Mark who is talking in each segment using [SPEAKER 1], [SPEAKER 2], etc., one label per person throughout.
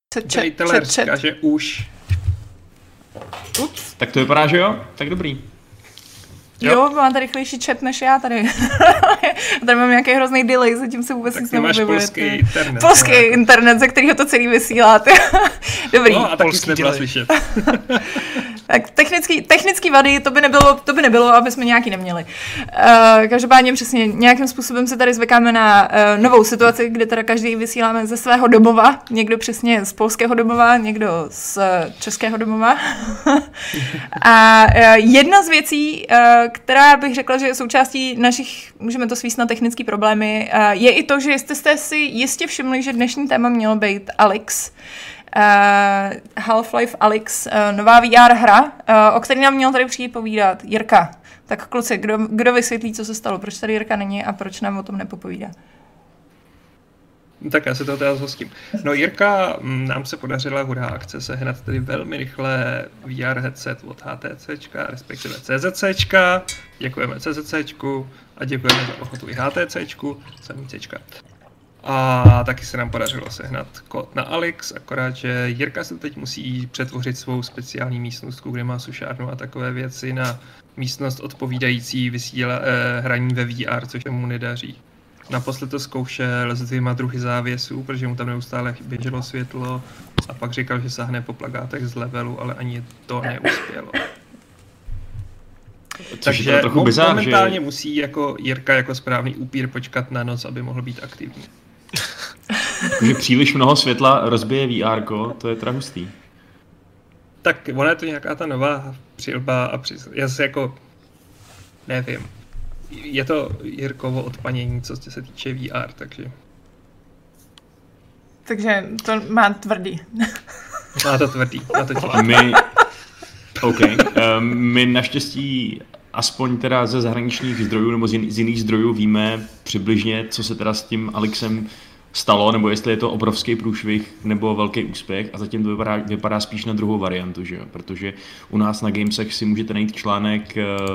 [SPEAKER 1] Trailer říká, že už.
[SPEAKER 2] Ups. Tak to vypadá, že jo? Tak dobrý.
[SPEAKER 3] Jo, mám tady rychlejší chat než já tady. Tady mám nějaký hrozný delay, zatím se vůbec nic neobjevuje.
[SPEAKER 1] Polský internet.
[SPEAKER 3] Polský internet, ze kterého to celý vysíláte. Dobrý.
[SPEAKER 1] No a taky jsi nebyla slyšet.
[SPEAKER 3] Tak technický vady, to by nebylo, aby jsme nějaký neměli. Každopádně přesně nějakým způsobem se tady zvykáme na novou situaci, kde teda každý vysíláme ze svého domova. Někdo přesně z polského domova, někdo z českého domova. A jedna z věcí, která bych řekla, že je součástí našich, můžeme to svíst na technické problémy, je i to, že jste si jistě všimli, že dnešní téma mělo být Alyx. Half-Life Alyx, nová VR hra, o které nám měl tady přijít povídat Jirka. Tak kluci, kdo vysvětlí, co se stalo, proč tady Jirka není a proč nám o tom nepopovídá?
[SPEAKER 1] Tak já se toho teda zhostím. No Jirka, nám se podařila hurá akce sehnat tedy velmi rychle VR headset od HTCčka, respektive CZCčka. Děkujeme CZCčku a děkujeme za ochotu i HTCčku, samíčka. A taky se nám podařilo sehnat kód na Alyx, akorát, že Jirka se teď musí přetvořit svou speciální místnostku, kde má sušárnu a takové věci, na místnost odpovídající hraní ve VR, což mu nedaří. Naposled to zkoušel s 2 druhy závěsů, protože mu tam neustále běželo světlo a pak říkal, že sáhne po plakátech z levelu, ale ani to neuspělo. Takže momentálně musí jako Jirka jako správný upír počkat na noc, aby mohl být aktivní.
[SPEAKER 2] Takže příliš mnoho světla rozbije VR, to je teda hustý.
[SPEAKER 1] Tak ona je to nějaká ta nová přilba a já se jako nevím. Je to Jirkovo odpanění, co se týče VR, takže...
[SPEAKER 3] Takže to má tvrdý.
[SPEAKER 1] Má to tvrdý, má to těžké.
[SPEAKER 2] My naštěstí aspoň teda ze zahraničních zdrojů nebo z jiných zdrojů víme přibližně, co se teda s tím Alyxem stalo, nebo jestli je to obrovský průšvih nebo velký úspěch, a zatím to vypadá spíš na druhou variantu, že jo? Protože u nás na Gamesech si můžete najít článek,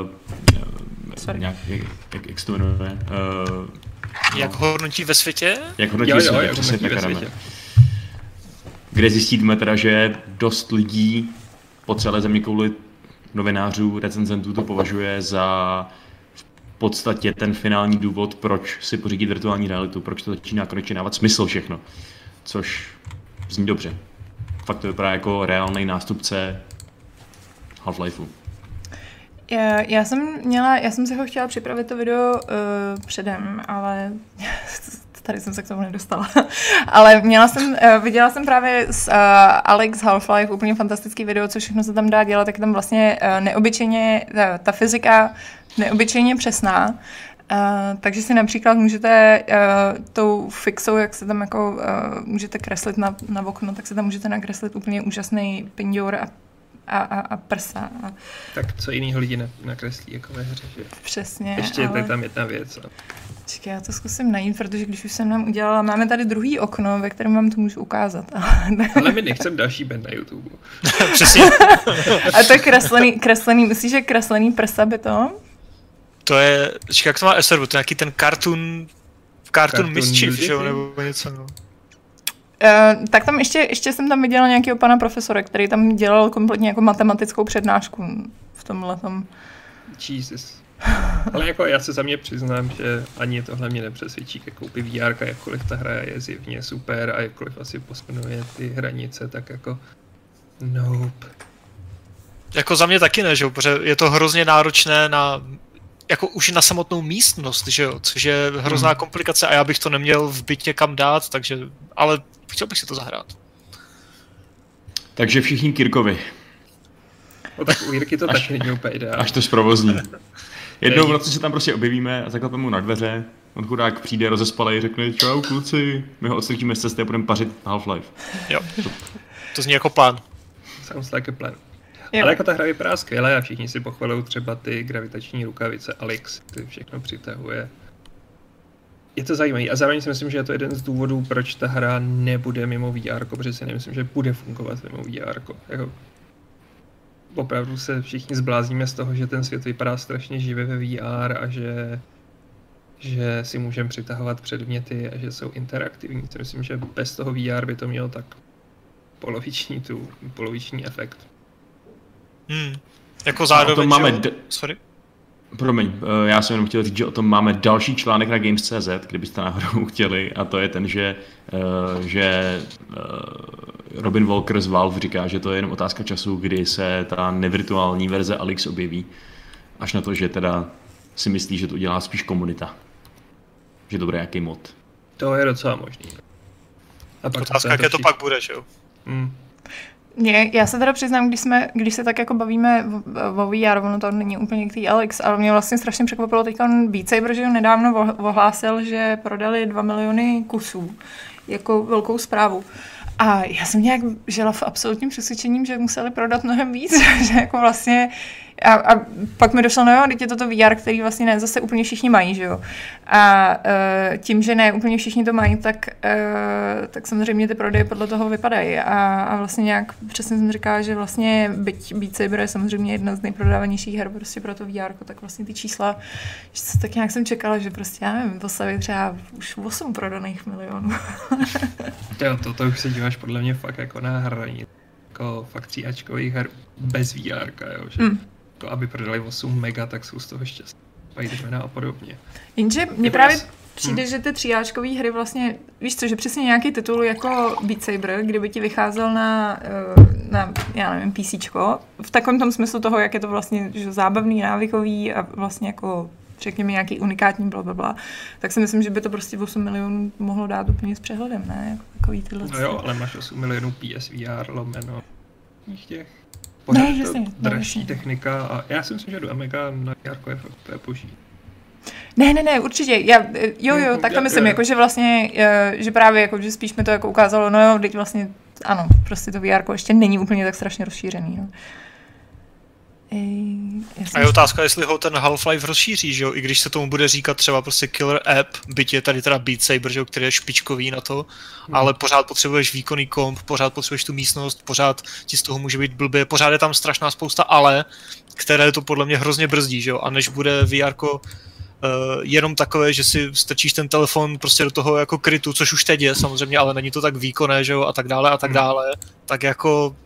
[SPEAKER 2] jak se to jmenuje?
[SPEAKER 4] Jak hodnotí ve světě?
[SPEAKER 2] Jak hodnotí ve světě, přesně tak, kde zjistíme teda, že dost lidí po celé zeměkouli, novinářů, recenzentů to považuje za v podstatě ten finální důvod, proč si pořídit virtuální realitu, proč to začíná konečně dávat smysl všechno, což zní dobře. Fakt to vypadá jako reálný nástupce Half-Lifeu.
[SPEAKER 3] Já jsem si ho chtěla připravit to video předem, ale tady jsem se k tomu nedostala. Ale viděla jsem právě z Alyx Half-Life úplně fantastický video, co všechno se tam dá dělat, tak je tam vlastně neobyčejně, ta fyzika neobyčejně přesná. Takže si například můžete tou fixou, jak se tam jako můžete kreslit na okno, tak se tam můžete nakreslit úplně úžasný pindour a prsa.
[SPEAKER 1] Tak co jinýho lidi nakreslí jako ve hře, že?
[SPEAKER 3] Přesně.
[SPEAKER 1] Ještě je tam jedna věc.
[SPEAKER 3] Čekaj, já to zkusím najít, protože když už jsem nám udělala, máme tady druhý okno, ve kterém vám to můžu ukázat.
[SPEAKER 1] Ale my nechcem další band na YouTube.
[SPEAKER 4] Přesně.
[SPEAKER 3] A to je kreslený, myslíš, že kreslený prsa by to?
[SPEAKER 4] To je, jak to má SRV, to je nějaký ten cartoon mischief, že jo, nebo něco, no.
[SPEAKER 3] Tak tam ještě jsem tam viděla nějakého pana profesora, který tam dělal kompletně jako matematickou přednášku v tomhletom.
[SPEAKER 1] Jesus. Ale jako já se za mě přiznám, že ani tohle mě nepřesvědčí ke koupi VR, jakkoliv ta hra je zjevně super a jakkoliv asi posunuje ty hranice, tak jako nope.
[SPEAKER 4] Jako za mě taky ne, že jo, protože je to hrozně náročné jako už na samotnou místnost, že jo, což je hrozná komplikace a já bych to neměl v bytě kam dát, takže, ale chtěl bych si to zahrát.
[SPEAKER 2] Takže všichni Kirkovi.
[SPEAKER 1] No tak u Jirky to taky není úplně ideální.
[SPEAKER 2] Až to zprovozní. Jednou v noci se tam prostě objevíme a zaklepeme mu na dveře, on chudák přijde rozespalej, řekne čau kluci, my ho odstrčíme z cesty a budeme pařit Half-Life.
[SPEAKER 4] Jo, to zní jako plán.
[SPEAKER 1] Sounds like a plan. Ale jako ta hra vypadá skvěle a všichni si pochvalují třeba ty gravitační rukavice Alyx, ty všechno přitahuje. Je to zajímavé a zároveň si myslím, že je to jeden z důvodů, proč ta hra nebude mimo VR, protože si nemyslím, že bude fungovat mimo VR. Jako, opravdu se všichni zblázníme z toho, že ten svět vypadá strašně živě ve VR a že si můžeme přitahovat předměty a že jsou interaktivní. Si myslím, že bez toho VR by to mělo tak poloviční efekt.
[SPEAKER 4] Jako zároveň,
[SPEAKER 2] máme
[SPEAKER 4] sorry?
[SPEAKER 2] Promiň, já jsem jenom chtěl říct, že o tom máme další článek na Games.cz, kdybyste náhodou chtěli, a to je ten, že Robin Walker z Valve říká, že to je jenom otázka času, kdy se ta nevirtuální verze Alyx objeví, až na to, že teda si myslí, že to udělá spíš komunita. Že to bude nějaký mod.
[SPEAKER 1] To je docela možný.
[SPEAKER 4] A pak otázka, jaké to pak bude, že jo?
[SPEAKER 3] Já se teda přiznám, když se tak jako bavíme o VR, ono to není úplně k té Alyx, ale mě vlastně strašně překvapilo teď Beat Saber, že nedávno ohlásil, že prodali 2 miliony kusů jako velkou zprávu. A já jsem nějak žila v absolutním přesvědčením, že museli prodat mnohem víc, že jako vlastně a pak mi došlo, no jo, teď je toto VR, který vlastně ne zase úplně všichni mají, že jo. A tím, že ne úplně všichni to mají, tak samozřejmě ty prodeje podle toho vypadají. A vlastně nějak přesně jsem říkala, že vlastně byť Beat Saber je samozřejmě jedna z nejprodávanějších her prostě pro to VR, tak vlastně ty čísla, že tak nějak jsem čekala, že prostě, já nevím, postaví třeba už 8 prodaných milionů.
[SPEAKER 1] To už se díváš podle mě fakt jako na hraní. Jako fakt 3Ačkových her bez VR, jo, že to, aby prodali 8 mega, tak jsou z toho šťastní. Spider-Mana a podobně.
[SPEAKER 3] Jenže mně právě přijde, že ty 3Ačkové hry vlastně, víš co, že přesně nějaký titul jako Beat Saber, kdyby ti vycházel na já nevím, PCčko, v takovém tom smyslu toho, jak je to vlastně že zábavný, návykový a vlastně jako řekněme nějaký unikátní blablabla, tak si myslím, že by to prostě 8 milionů mohlo dát úplně s přehledem, ne? Jako takový tyhle.
[SPEAKER 1] No jo, ale máš 8 milionů PSVR lomeno těch. Dražší technika a já si myslím, že do Amiga na VR je fakt boží.
[SPEAKER 3] Ne, určitě. Jo, tak to myslím, jako, že vlastně, že právě jako, že spíš mi to jako ukázalo, no jo, teď vlastně, ano, prostě to VR ještě není úplně tak strašně rozšířený, no.
[SPEAKER 4] A je otázka, jestli ho ten Half-Life rozšíří, že jo, i když se tomu bude říkat třeba prostě killer app, byť je tady teda Beat Saber, že jo, který je špičkový na to, ale pořád potřebuješ výkonný komp, pořád potřebuješ tu místnost, pořád ti z toho může být blbě, pořád je tam strašná spousta ale, které to podle mě hrozně brzdí, že jo, a než bude VR jenom takové, že si strčíš ten telefon prostě do toho jako krytu, což už teď je samozřejmě, ale není to tak výkonné, že jo, a tak dále, tak jako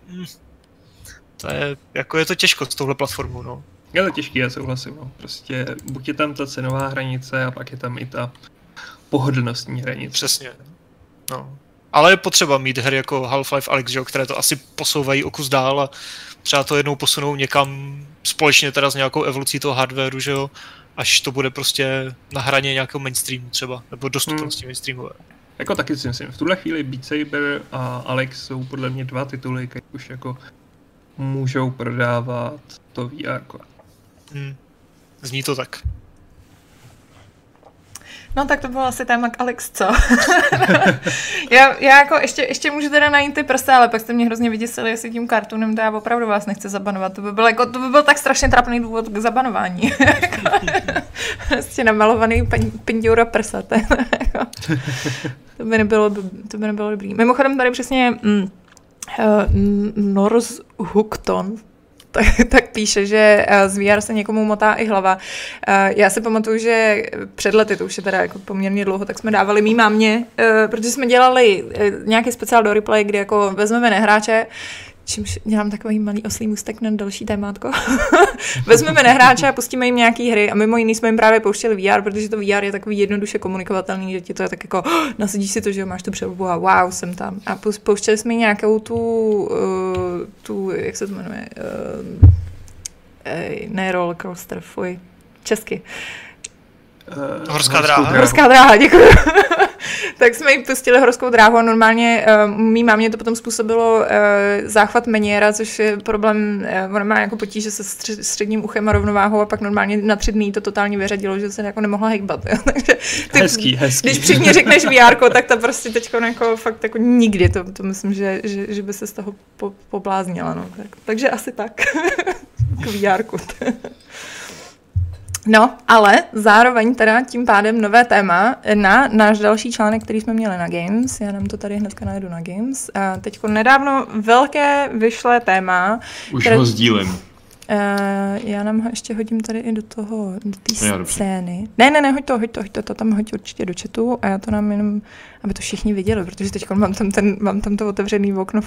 [SPEAKER 4] je to těžko s touhle platformou, no.
[SPEAKER 1] Je to těžký, já souhlasím, no. Prostě buď je tam ta cenová hranice a pak je tam i ta pohodlnostní hranice.
[SPEAKER 4] Přesně, no. Ale je potřeba mít hry jako Half-Life Alyx, že jo, které to asi posouvají o kus dál a třeba to jednou posunou někam společně teda s nějakou evolucí toho hardwareu, že jo, až to bude prostě na hraně nějakého mainstreamu třeba, nebo dostupnosti mainstreamové.
[SPEAKER 1] Jako taky si myslím, v tuhle chvíli Beat Saber a Alyx jsou podle mě 2 tituly, které už jako můžou prodávat to VR.
[SPEAKER 4] Zní to tak.
[SPEAKER 3] No tak to bylo asi téma k Alyx, co? já jako ještě můžu teda najít ty prsty, ale pak jste mě hrozně vyděsili, jestli tím kartunem to já opravdu vás nechci zabanovat. To by byl tak strašně trapný důvod k zabanování. Prostě namalovaný pinděura prsa. To by nebylo dobrý. Mimochodem tady přesně North Hookton tak píše, že z VR se někomu motá i hlava. Já si pamatuju, že před lety, to už je teda jako poměrně dlouho, tak jsme dávali mý mámě, protože jsme dělali nějaký speciál do replay, kdy jako vezmeme nehráče, čímž dělám takový malý oslý můstek na další témátko. Vezmeme nehráče a pustíme jim nějaký hry a mimo jiný jsme jim právě pouštěli VR, protože to VR je takový jednoduše komunikovatelný, že ti to je tak jako nasadíš si to, že máš tu přelobu a wow, jsem tam. A pouštěli jsme jim nějakou tu jak se to jmenuje, ne rollercoaster, fuj, česky.
[SPEAKER 4] Horská dráha.
[SPEAKER 3] Horská dráha, děkuji. Tak jsme jí pustili horskou dráhu a normálně mý mámě to potom způsobilo záchvat meniéra, což je problém, ona má jako potíže se středním uchem a rovnováhou a pak normálně na 3 dny to totálně vyřadilo, že se jako nemohla hejbat. Takže
[SPEAKER 1] hezký.
[SPEAKER 3] Když při mě řekneš VR, tak to prostě teď jako fakt jako nikdy, to myslím, že by se z toho pobláznila. No. Takže asi tak. K VR. No, ale zároveň teda tím pádem nové téma na náš další článek, který jsme měli na Games. Já nám to tady hnedka najdu na Games. A teďko nedávno velké vyšlé téma.
[SPEAKER 2] Už ho sdílím.
[SPEAKER 3] Já nám ho ještě hodím tady i do té scény. Ne, hoď to tam hoď určitě do chatu a já to nám jenom, aby to všichni viděli, protože teď mám tam to otevřený okno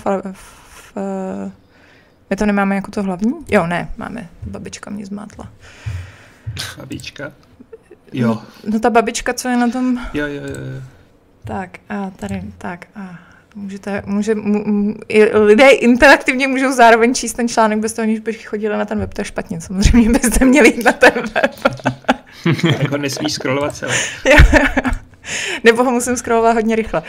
[SPEAKER 3] my to nemáme jako to hlavní? Jo, ne, máme. Babička mě zmátla.
[SPEAKER 1] Babička? Jo.
[SPEAKER 3] No ta babička, co je na tom...
[SPEAKER 1] Jo.
[SPEAKER 3] Tak a tady, tak a lidé interaktivně můžou zároveň číst ten článek bez toho, než by chodili na ten web, to je špatně, samozřejmě byste měli jít na ten web.
[SPEAKER 1] Tak ho nesmíš scrollovat celé.
[SPEAKER 3] Nebo ho musím scrollovat hodně rychle.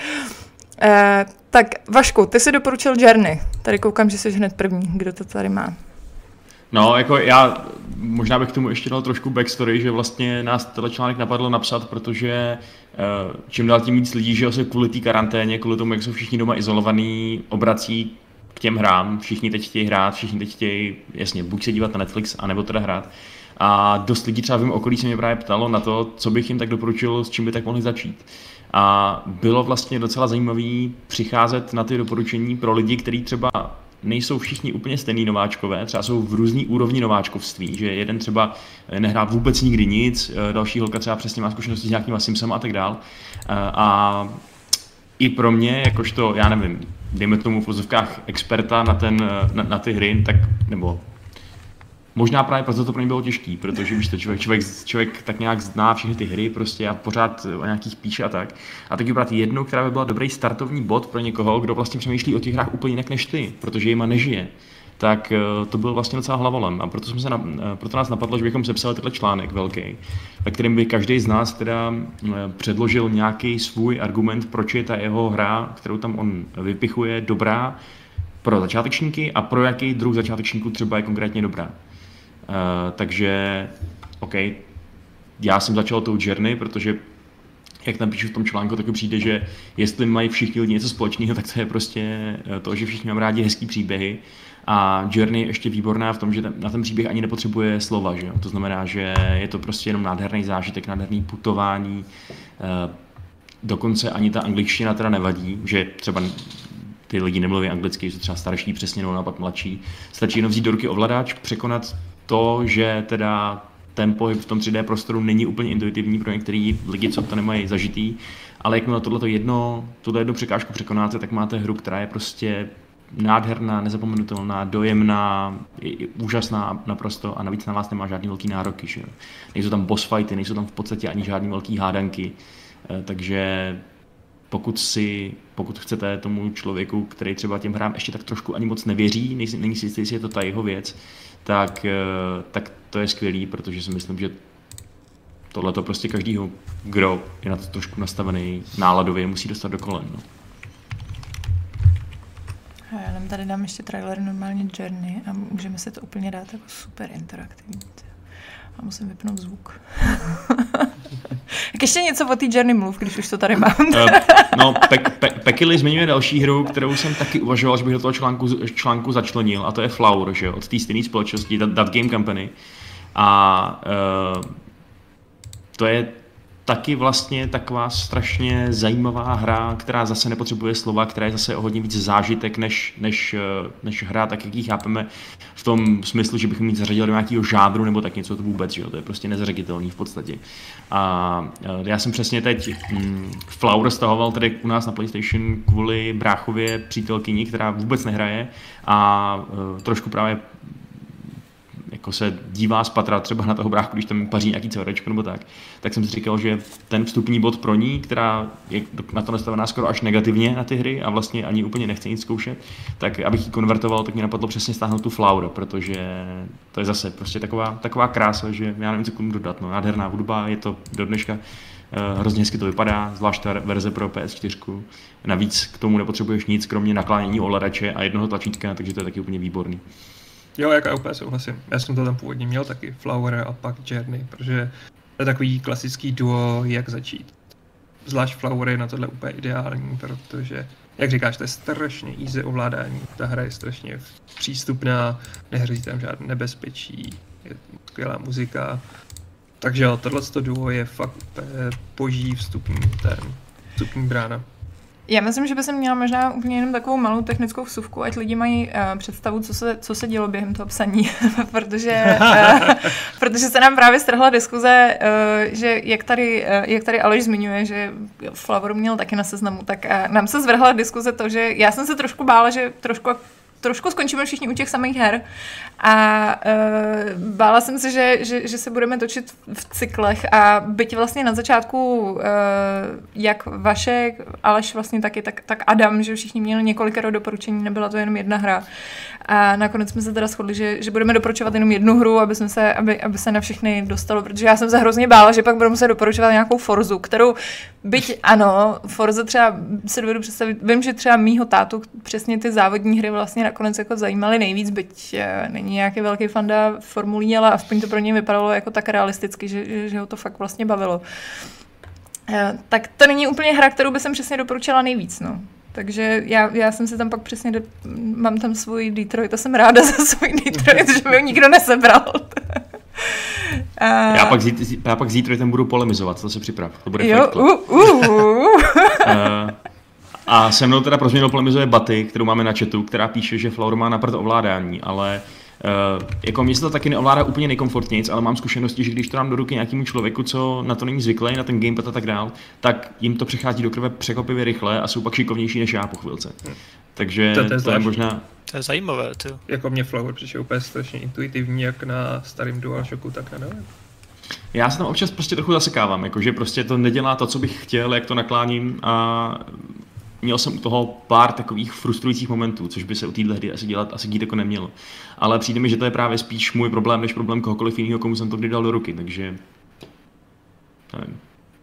[SPEAKER 3] Tak Vašku, ty si doporučil Journey. Tady koukám, že jsi hned první, kdo to tady má.
[SPEAKER 2] No, jako já možná bych k tomu ještě dal trošku backstory, že vlastně nás tenhle článek napadlo napsat, protože čím dál tím víc lidí, že se kvůli té karanténě, kvůli tomu, jak jsou všichni doma izolovaní, obrací k těm hrám, všichni teď chtějí hrát, všichni teď chtějí, jasně, buď se dívat na Netflix, anebo teda hrát. A dost lidí třeba v mém okolí se mě právě ptalo na to, co bych jim tak doporučil, s čím by tak mohli začít. A bylo vlastně docela zajímavý přicházet na ty doporučení pro lidi, kteří třeba nejsou všichni úplně stejný nováčkové, třeba jsou v různý úrovni nováčkovství, že jeden třeba nehrá vůbec nikdy nic, další holka třeba přesně má zkušenosti s nějakýma Simsama a tak dál. A i pro mě, jakožto, já nevím, dejme tomu v vozovkách experta na ty hry, tak, nebo možná právě proto to pro mě bylo těžký, protože víš to, člověk tak nějak zná všechny ty hry prostě a pořád o nějakých píše a tak. A tak vybrat jednu, která by byla dobrý startovní bod pro někoho, kdo vlastně přemýšlí o těch hrách úplně jinak než ty, protože jima nežije. Tak to byl vlastně docela hlavolem a proto nás napadlo, že bychom sepsali tenhle článek velký, ve kterém by každý z nás teda předložil nějaký svůj argument, proč je ta jeho hra, kterou tam on vypichuje, dobrá pro začátečníky a pro jaký druh začátečníků třeba je konkrétně dobrá. Takže, OK, já jsem začal tou Journey, protože jak tam píšu v tom článku, tak mi přijde, že jestli mají všichni lidi něco společného, tak to je prostě to, že všichni mám rádi hezký příběhy. A Journey je ještě výborná v tom, že na ten příběh ani nepotřebuje slova, že jo? To znamená, že je to prostě jenom nádherný zážitek, nádherný putování. Dokonce ani ta angličtina teda nevadí, že třeba ty lidi nemluví anglicky, jsou třeba starší přesně, no, naopak mladší. Stačí jenom vzít do ruky ovladač, překonat to, že teda ten pohyb v tom 3D prostoru není úplně intuitivní pro některý lidi, co to nemají zažitý, ale jakmile tuhle jednu překážku překonáte, tak máte hru, která je prostě nádherná, nezapomenutelná, dojemná, úžasná naprosto a navíc na vás nemá žádný velký nároky. Že? Nejsou tam boss fighty, nejsou tam v podstatě ani žádný velký hádanky, takže pokud chcete tomu člověku, který třeba těm hrám ještě tak trošku ani moc nevěří, není si jistý, jestli je to ta jeho věc, tak to je skvělý, protože si myslím, že tohle to prostě každýho, kdo je na to trošku nastavený náladově, musí dostat do kolen. No.
[SPEAKER 3] Já nám tady dám ještě trailer normálně Journey a můžeme se to úplně dát jako super interaktivní. A musím vypnout zvuk. Tak ještě něco o té Journey mluv, když už to tady mám.
[SPEAKER 2] No, Pekily zmiňuje další hru, kterou jsem taky uvažoval, že bych do toho článku začlenil, a to je Flower, že od té stejné společnosti, That Game Company. A to je taky vlastně taková strašně zajímavá hra, která zase nepotřebuje slova, která je zase o hodně víc zážitek, než hra, tak jak ji chápeme v tom smyslu, že bychom ji zařadili do nějakého žánru nebo tak něco, to vůbec, že jo? To je prostě nezařaditelný v podstatě. A já jsem přesně teď Flower stahoval tady u nás na PlayStation kvůli bráchově přítelkyni, která vůbec nehraje a trošku právě jako se dívá spatra třeba na toho bráchu, když tam paří nějaký CVčko nebo tak jsem si říkal, že ten vstupní bod pro ní, která je na to nastavená skoro až negativně na ty hry a vlastně ani úplně nechce nic zkoušet, tak abych ji konvertoval, tak mě napadlo přesně stáhnout tu Flower, protože to je zase prostě taková krása, že já nevím, co k tomu dodat. No, nádherná hudba, je to do dneška hrozně hezky to vypadá, zvlášť ta verze pro PS4. Navíc k tomu nepotřebuješ nic, kromě naklánění ovladače a jednoho tlačítka, takže to je taky úplně výborný.
[SPEAKER 1] Jo, já úplně souhlasím. Já jsem to tam původně měl taky, Flower a pak Journey, protože to je takový klasický duo, jak začít. Zvlášť Flower je na tohle úplně ideální, protože, jak říkáš, to je strašně easy ovládání. Ta hra je strašně přístupná, nehrozí tam žádné nebezpečí, je skvělá muzika. Takže jo, tohleto duo je fakt boží vstupní brána.
[SPEAKER 3] Já myslím, že by jsem měla možná úplně jenom takovou malou technickou vsuvku, ať lidi mají představu, co se dělo během toho psaní, protože se nám právě strhla diskuze, že jak tady Aleš zmiňuje, že Flavor měl taky na seznamu, tak nám se zvrhla diskuze to, že já jsem se trošku bála, že trošku skončíme všichni u těch samých her a bála jsem se, že se budeme točit v cyklech a byť vlastně na začátku jak Vašek, Aleš vlastně taky, tak Adam, že všichni měli několikero doporučení, nebyla to jenom jedna hra a nakonec jsme se teda shodli, že budeme doporučovat jenom jednu hru, aby se na všechny dostalo, protože já jsem se hrozně bála, že pak budu muset doporučovat nějakou Forzu, kterou byť ano, Forza třeba se dovedu představit, vím, že třeba mýho tátu přesně ty závodní hry vlastně nakonec jako zajímaly nejvíc, byť není nějaký velký fanda formulí, ale aspoň to pro něj vypadalo jako tak realisticky, že ho to fakt vlastně bavilo. Tak to není úplně hra, kterou by jsem přesně doporučila nejvíc, no. Takže já jsem si tam pak přesně, mám tam svůj Detroit a jsem ráda za svůj Detroit, že mi ho nikdo nesebral.
[SPEAKER 2] Já pak s Detroitem budu polemizovat, to se připrav, to bude A se mnou teda pro změnu polemizuje Baty, kterou máme na chatu, která píše, že Flavor má na prd ovládání, ale jako mě se to taky neovládá úplně nejkomfortnějc, ale mám zkušenosti, že když to dám do ruky nějakému člověku, co na to není zvyklý, na ten gamepad a tak dál, tak jim to přechází do krve překvapivě rychle a jsou pak šikovnější než já po chvilce. Takže to je možná...
[SPEAKER 4] To je zajímavé, ty.
[SPEAKER 1] Jako mě Flavor přišel úplně strašně intuitivní, jak na starém DualShocku, tak na novém.
[SPEAKER 2] Já se tam občas prostě trochu zasekávám, jakože prostě to nedělá to, co bych chtěl, jak to nakláním a měl jsem u toho pár takových frustrujících momentů, což by se u téhle hry asi dělat asi dít jako nemělo. Ale přijde mi, že to je právě spíš můj problém, než problém kohokoliv jiného, komu jsem to kdy dal do ruky, takže nevím.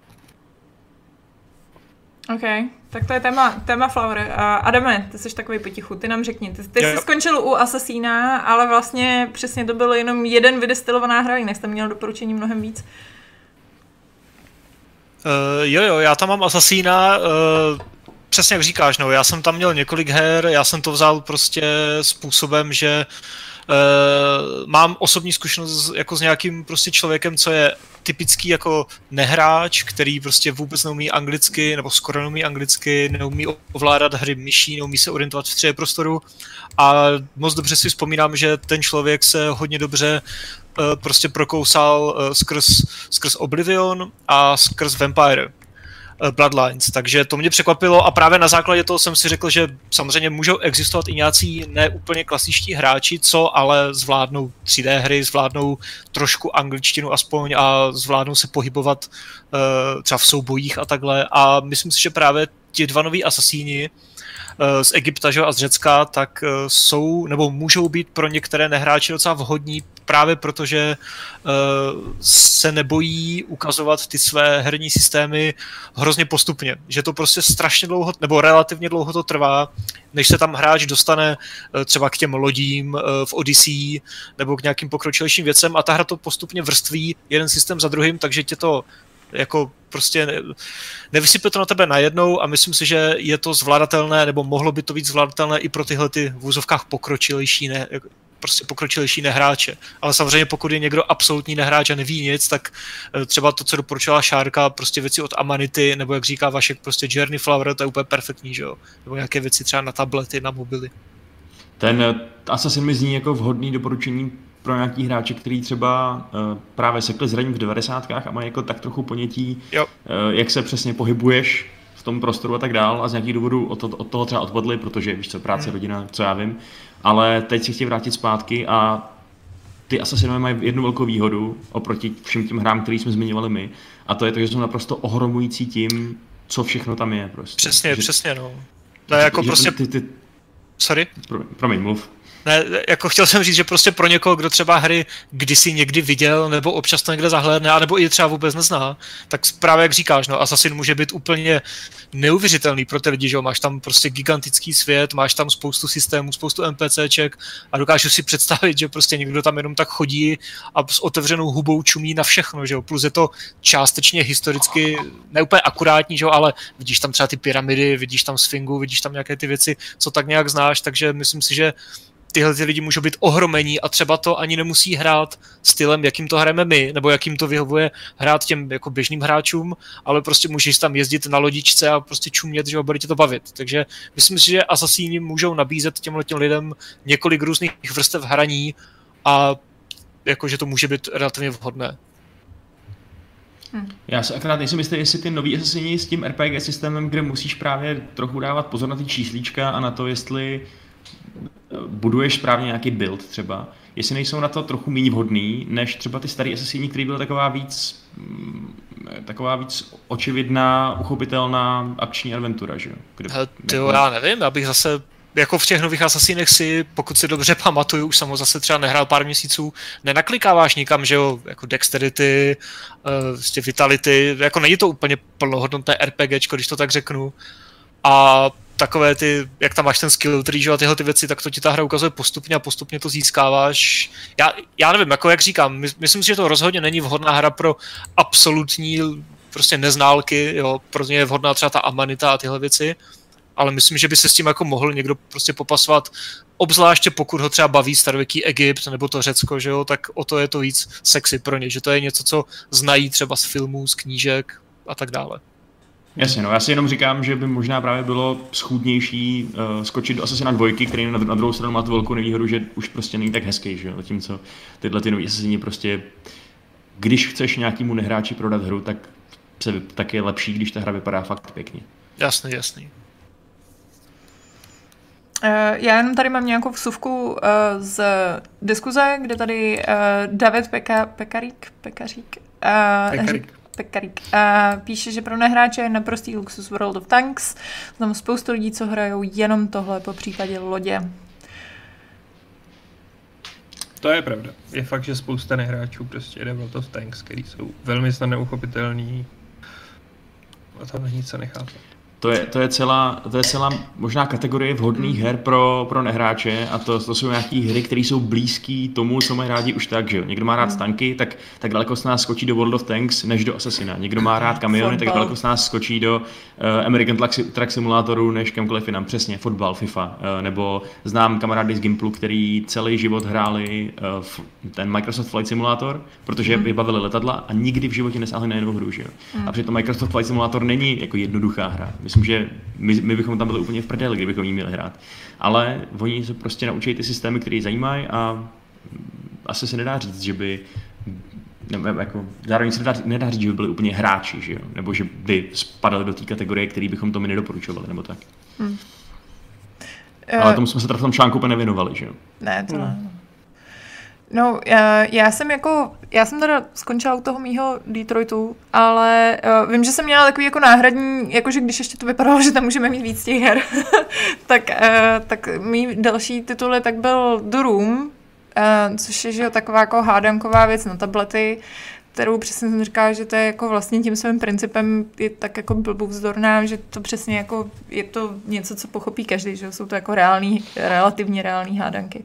[SPEAKER 3] OK, tak to je téma Flower. Adame, ty jsi takový potichu, ty nám řekni. Ty jsi skončil u Assassina, ale vlastně přesně to bylo jenom jeden vydestilovaná hra, jinak jste měl doporučení mnohem víc.
[SPEAKER 4] Jo, já tam mám Assassina, přesně jak říkáš, no, já jsem tam měl několik her, já jsem to vzal prostě způsobem, že mám osobní zkušenost jako s nějakým prostě člověkem, co je typický jako nehráč, který prostě vůbec neumí anglicky, nebo skoro neumí anglicky, neumí ovládat hry myší, neumí se orientovat v 3D prostoru a moc dobře si vzpomínám, že ten člověk se hodně dobře prostě prokousal skrz Oblivion a skrz Vampire Bloodlines, takže to mě překvapilo a právě na základě toho jsem si řekl, že samozřejmě můžou existovat i nějací neúplně klasičtí hráči, co ale zvládnou 3D hry, zvládnou trošku angličtinu aspoň a zvládnou se pohybovat třeba v soubojích a takhle a myslím si, že právě ti dva noví asasíni z Egypta a z Řecka, tak jsou, nebo můžou být pro některé nehráče docela vhodní právě protože se nebojí ukazovat ty své herní systémy hrozně postupně. Že to prostě strašně dlouho, nebo relativně dlouho to trvá, než se tam hráč dostane třeba k těm lodím v Odyssey nebo k nějakým pokročilejším věcem a ta hra to postupně vrství jeden systém za druhým, takže tě to jako prostě nevysype to na tebe najednou a myslím si, že je to zvládatelné, nebo mohlo by to být zvládatelné i pro tyhle ty v úzovkách pokročilejší nehráče. Ale samozřejmě pokud je někdo absolutní nehráč a neví nic, tak třeba to, co doporučila Šárka, prostě věci od Amanity, nebo jak říká Vašek, prostě Journey Flower, to je úplně perfektní, že jo? Nebo nějaké věci třeba na tablety, na mobily.
[SPEAKER 2] Ten Assassin mi zní jako vhodný doporučení pro nějaký hráče, který třeba právě sekli zraním v 90kách a mají jako tak trochu ponětí, jak se přesně pohybuješ v tom prostoru a tak dál a z nějakých důvodů od toho třeba odpadli, protože víš co, práce, rodina, co já vím, ale teď se chtějí vrátit zpátky a ty Assassinové mají jednu velkou výhodu oproti všem těm hrám, který jsme zmiňovali my a to je to, že jsou naprosto ohromující tím, co všechno tam je prostě.
[SPEAKER 4] Přesně, no. To je jako prostě... Sorry?
[SPEAKER 2] Promiň, mluv.
[SPEAKER 4] Ne, jako chtěl jsem říct, že prostě pro někoho, kdo třeba hry kdysi někdy viděl, nebo občas to někde zahlédne, nebo i třeba vůbec nezná, tak právě jak říkáš, no, Assassin může být úplně neuvěřitelný pro ty lidi, že jo, máš tam prostě gigantický svět, máš tam spoustu systémů, spoustu NPCček a dokážu si představit, že prostě někdo tam jenom tak chodí a s otevřenou hubou čumí na všechno, že jo, plus je to částečně historicky neúplně akurátní, že jo, ale vidíš tam třeba ty pyramidy, vidíš tam Sfingu, vidíš tam nějaké ty věci, co tak nějak znáš, takže myslím si, že tyhle ty lidi můžou být ohromení a třeba to ani nemusí hrát stylem, jakým to hrajeme my, nebo jakým to vyhovuje hrát těm jako běžným hráčům, ale prostě můžeš tam jezdit na lodičce a prostě čumět, že bude tě to bavit. Takže myslím si, že asasíni můžou nabízet těm lidem několik různých vrstev hraní a jakože to může být relativně vhodné.
[SPEAKER 2] Já se akorát nejsem jistý, jestli ty nový asasini s tím RPG systémem, kde musíš právě trochu dávat pozor na ty číslíčka a na to, jestli buduješ správně nějaký build třeba, jestli nejsou na to trochu méně vhodný, než třeba ty starý asasini, který byl taková víc očividná, uchopitelná akční adventura, že jo?
[SPEAKER 4] Já nevím, já bych zase jako v těch nových Assassinech si, pokud si dobře pamatuju, už jsem ho zase třeba nehrál pár měsíců, nenaklikáváš nikam, že jo, jako dexterity, vitality, jako není to úplně plnohodnotné RPGčko, když to tak řeknu. A takové ty, jak tam máš ten skill tree, že a tyhle ty věci, tak to ti ta hra ukazuje postupně a postupně to získáváš. Já nevím, jako jak říkám, myslím si, že to rozhodně není vhodná hra pro absolutní prostě neználky, jo, pro ně je vhodná třeba ta amanita a tyhle věci. Ale myslím, že by se s tím jako mohl někdo prostě popasovat, obzvláště pokud ho třeba baví starověký Egypt nebo to Řecko, že jo, tak o to je to víc sexy pro ně, že to je něco, co znají třeba z filmů, z knížek a tak dále.
[SPEAKER 2] Jasně, no já si jenom říkám, že by možná právě bylo schůdnější skočit do Assassina 2, který na druhou stranu má tu velkou nevýhodu, že už prostě není tak hezký, že jo, zatímco tyhle ty nový Assassini prostě, když chceš nějakému nehráči prodat hru, tak je lepší, když ta hra vypadá fakt pěkně.
[SPEAKER 4] Jasný.
[SPEAKER 3] Já jenom tady mám nějakou vsuvku z diskuze, kde tady David Pekarík píše, že pro nehráče je naprostý luxus World of Tanks. Znám spoustu lidí, co hrajou jenom tohle, po případě lodě.
[SPEAKER 1] To je pravda. Je fakt, že spousta nehráčů prostě jede World of Tanks, který jsou velmi snadno uchopitelný. A tam nic se nechápe.
[SPEAKER 2] To je celá možná kategorie vhodných her pro nehráče a to jsou nějaký hry, které jsou blízký tomu, co mají rádi už tak, že jo. Někdo má rád tanky, tak daleko s nás skočí do World of Tanks než do Assassina. Někdo má rád kamiony, tak daleko s nás skočí do American Truck Simulatoru než kamkoliv jinam. Přesně, fotbal, FIFA. Nebo znám kamarády z Gimplu, který celý život hráli ten Microsoft Flight Simulator, protože je bavili letadla a nikdy v životě nesáhli na jinou hru, že jo. A přitom Microsoft Flight Simulator není jako jednoduchá hra. Myslím, že my bychom tam byli úplně v prdeli, kdybychom jí měli hrát. Ale oni se prostě naučí ty systémy, které zajímají a asi se nedá říct, že by jako, zároveň se nedá říct, že by byli úplně hráči, že jo? Nebo že by spadali do té kategorie, který bychom to my nedoporučovali, nebo tak. Ale tomu jsme se teda v tom článku úplně nevěnovali, že jo?
[SPEAKER 3] Ne, to ne. No, já jsem teda skončila u toho mýho Detroitu, ale vím, že jsem měla takový jako náhradní, jakože když ještě to vypadalo, že tam můžeme mít víc těch her, tak mý další tituly tak byl The Room, což je že taková jako hádanková věc na tablety, kterou přesně jsem říkala, že to je jako vlastně tím svým principem je tak jako blbůvzdorná, že to přesně jako je to něco, co pochopí každý, že jsou to jako relativně reální hádanky.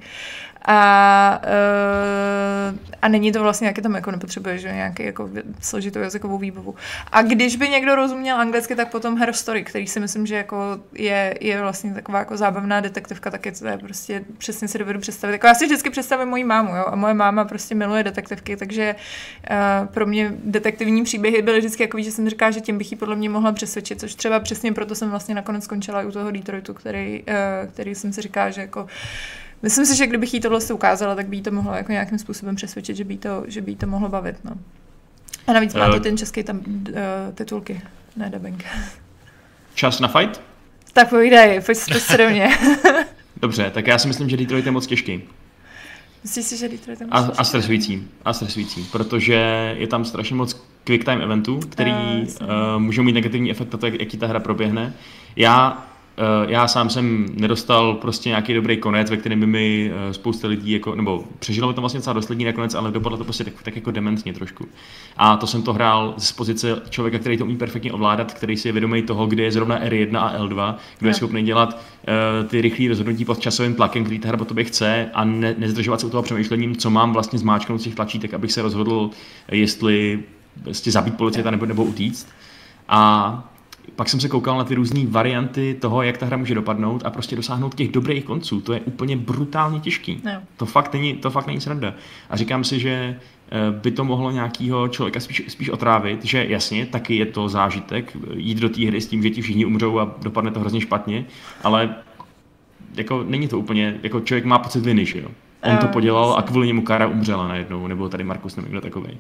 [SPEAKER 3] A není to vlastně, jak tam jako nepotřebuje, že nějaký jako složitou jazykovou výbavu. A když by někdo rozuměl anglicky, tak potom Her Story, který si myslím, že jako je vlastně taková jako zábavná detektivka, tak je prostě přesně si dovedu představit. Jako já si vždycky představím moji mámu, jo, a moje máma prostě miluje detektivky, takže pro mě detektivní příběhy byly vždycky jako, že jsem říkala, že tím bych ji podle mě mohla přesvědčit, což třeba přesně proto jsem vlastně nakonec skončila i u toho Detroitu, který jsem si říkala, že jako myslím si, že kdybych jí tohle ukázala, tak by jí to mohlo jako nějakým způsobem přesvědčit, že by jí to mohlo bavit. No. A navíc má to ten český tam titulky, ne dubbing. Čas
[SPEAKER 2] na fight?
[SPEAKER 3] Tak povídej, pojď se do mě.
[SPEAKER 2] Dobře, tak já si myslím, že Detroit je moc těžký.
[SPEAKER 3] Myslíš si, že Detroit je moc
[SPEAKER 2] těžký? A stresující, protože je tam strašně moc quick time eventů, který můžou mít negativní efekt na to, jak ti ta hra proběhne. Já sám jsem nedostal prostě nějaký dobrý konec, ve kterém by mi spousta lidí, jako, nebo přežilo by to vlastně docela dost lidí nakonec, ale dopadlo to prostě tak jako dementně trošku. A to jsem to hrál z pozice člověka, který to umí perfektně ovládat, který si je vědomý toho, kde je zrovna R1 a L2, kdo je schopný dělat ty rychlé rozhodnutí pod časovým tlakem, který ta hra po tobě chce a nezdržovat se u toho přemýšlením, co mám vlastně zmáčknout z těch tlačítek, abych se rozhodl, jestli zabít policajta nebo utíct. A pak jsem se koukal na ty různé varianty toho, jak ta hra může dopadnout a prostě dosáhnout těch dobrých konců. To je úplně brutálně těžký. No. To fakt není sranda. A říkám si, že by to mohlo nějakýho člověka spíš otrávit, že jasně, taky je to zážitek jít do té hry s tím, že ti všichni umřou a dopadne to hrozně špatně, ale jako není to úplně, jako člověk má pocit viny, že jo. On to podělal a kvůli němu Kara umřela najednou, nebo tady Markus, nevím, kdo takovej.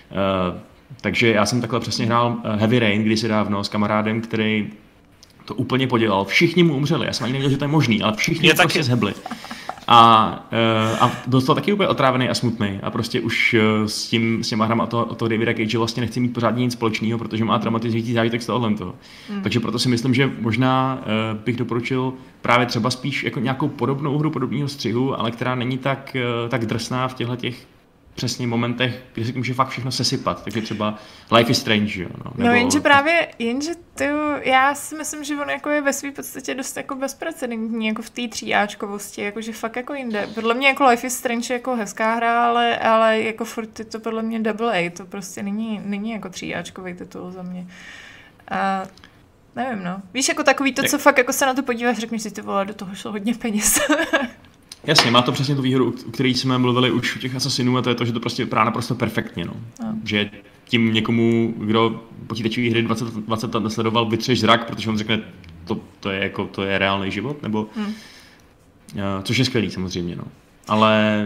[SPEAKER 2] Takže já jsem takhle přesně hrál Heavy Rain kdysi dávno s kamarádem, který to úplně podělal. Všichni mu umřeli, já jsem ani nevěděl, že to je možný, ale všichni mu prostě zhebli. A byl to taky úplně otrávený a smutný. A prostě už s těma hrama od toho Davida Cage vlastně nechci mít pořádně nic společného, protože má traumatizující zážitek z tohohle toho. Takže proto si myslím, že možná bych doporučil právě třeba spíš jako nějakou podobnou hru, podobného střihu, ale která není tak drsná v těch přesně momentech, kdy se může fakt všechno sesypat, takže třeba Life is Strange, jo.
[SPEAKER 3] No jenže já si myslím, že on jako je ve své podstatě dost jako bezprecedentní, jako v té tříáčkovosti, jakože fakt jako jinde. Podle mě jako Life is Strange je jako hezká hra, ale jako furt je to podle mě AA, to prostě není jako tříáčkový titul za mě. A nevím, no. Víš, jako takový to, co fakt jako se na to podíváš, řekneš si, ty vole, do toho šlo hodně peněz.
[SPEAKER 2] Jasně, má to přesně tu výhodu, o které jsme mluvili už u těch Assassinů, a to je to, že to prostě vypadá naprosto perfektně, no. Že tím někomu, kdo počítačové hry 20 let nesledoval, vytřeš zrak, protože on řekne, to je reálný život, nebo což je skvělý samozřejmě, no. Ale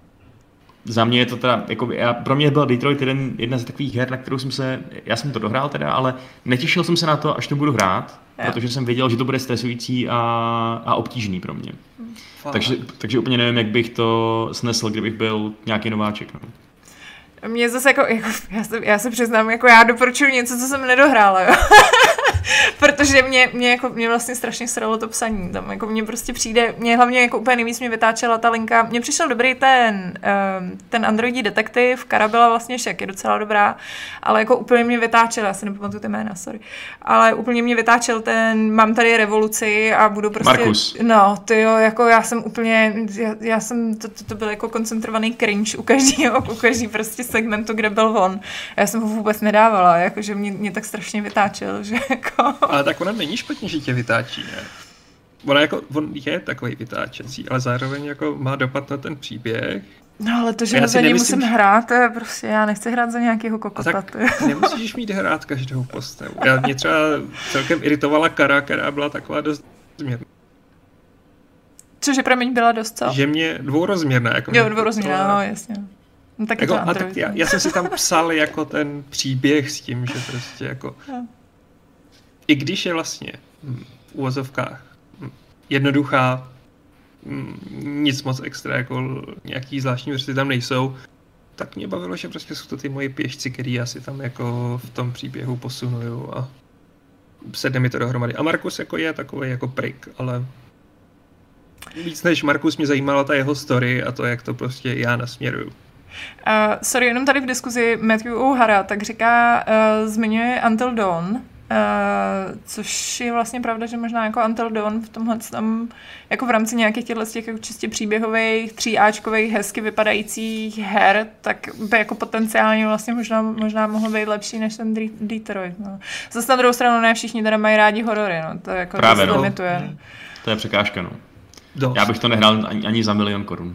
[SPEAKER 2] za mě je to teda, jako pro mě byl Detroit jedna z takových her, na kterou já jsem to dohrál teda, ale netěšil jsem se na to, až to budu hrát, protože jsem věděl, že to bude stresující a obtížný pro mě. Takže úplně nevím, jak bych to snesl, kdybych byl nějaký nováček. No.
[SPEAKER 3] Mě zase jako já se přiznám, jako já doporučuji něco, co jsem nedohrála, jo. Protože mě vlastně strašně sralo to psaní. Tam jako mně prostě přijde, mě hlavně jako úplně nejvíc mě vytáčela ta linka. Mně přišel dobrý ten androidí detektiv, Kara byla vlastně však, je docela dobrá, ale jako úplně mě vytáčel, já si nepamatuju ty jména, sorry, ale úplně mě vytáčel mám tady revoluci a budu prostě...
[SPEAKER 2] Markus.
[SPEAKER 3] No, tyjo, jako já jsem úplně, to byl jako koncentrovaný cringe u každý prostě segmentu, kde byl on. Já jsem ho vůbec nedávala, jakože mě tak strašně vytáčel, že jako...
[SPEAKER 1] Ale tak ona není špatně, že tě vytáčí, ne? On je takový vytáčecí, ale zároveň jako má dopad na ten příběh.
[SPEAKER 3] No ale to, že za něj musím hrát, to je prostě, já nechci hrát za nějakého kokota.
[SPEAKER 1] Tak nemusíš mít hrát každou postavu. Mě třeba celkem iritovala Kara, která byla taková dost rozměrná.
[SPEAKER 3] Cože promiň, byla dost co?
[SPEAKER 1] Že mě dvourozměrná. Jako
[SPEAKER 3] jo, dvourozměrná, no jasně. No, tak
[SPEAKER 1] jako, tak já jsem si tam psal jako ten příběh s tím, že prostě jako... I když je vlastně v uvozovkách jednoduchá, nic moc extra, jako nějaký zvláštní vrstvy tam nejsou, tak mě bavilo, že prostě jsou to ty moji pěšci, který já si tam jako v tom příběhu posunuju a sedne mi to dohromady. A Markus jako je takový jako prik, ale víc než Markus mě zajímala ta jeho story a to, jak to prostě já nasměruju.
[SPEAKER 3] Sorry, jenom tady v diskuzi Matthew O'Hara tak říká, zmiňuje Until Dawn, což je vlastně pravda, že možná jako Until Dawn v tomhle tam, jako v rámci nějakých těch jako čistě příběhových, tříáčkových, hezky vypadajících her, tak by jako potenciálně vlastně možná mohl být lepší než ten Detroit. No. Zase na druhou stranu ne všichni teda mají rádi horory, no. To jako
[SPEAKER 2] právě,
[SPEAKER 3] to se limituje.
[SPEAKER 2] To je překážka, no. Dost. Já bych to nehrál ani za 1 000 000 korun.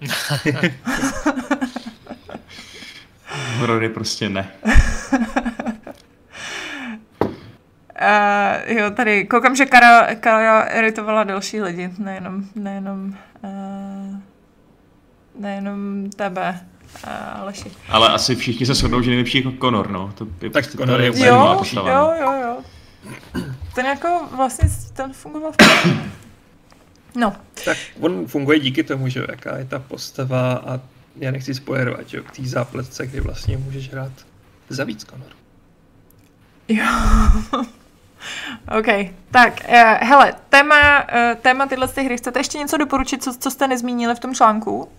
[SPEAKER 2] Horory prostě ne.
[SPEAKER 3] Jo, tady koukám, že Kara iritovala další lidi, nejenom tebe, Aleši.
[SPEAKER 2] Ale asi všichni se shodnou, že nejlepší jako Connor, no. To je
[SPEAKER 1] tak Connor je
[SPEAKER 3] úplně nová postava. Jo. Ten jako vlastně, ten fungoval v pohodě. No.
[SPEAKER 1] Tak on funguje díky tomu, že jaká je ta postava a já nechci spoilerovat, že k té zápletce, kdy vlastně můžeš hrát za víc Connorů.
[SPEAKER 3] Jo. OK, tak, hele, téma tyhle hry, chcete ještě něco doporučit, co jste nezmínili v tom článku?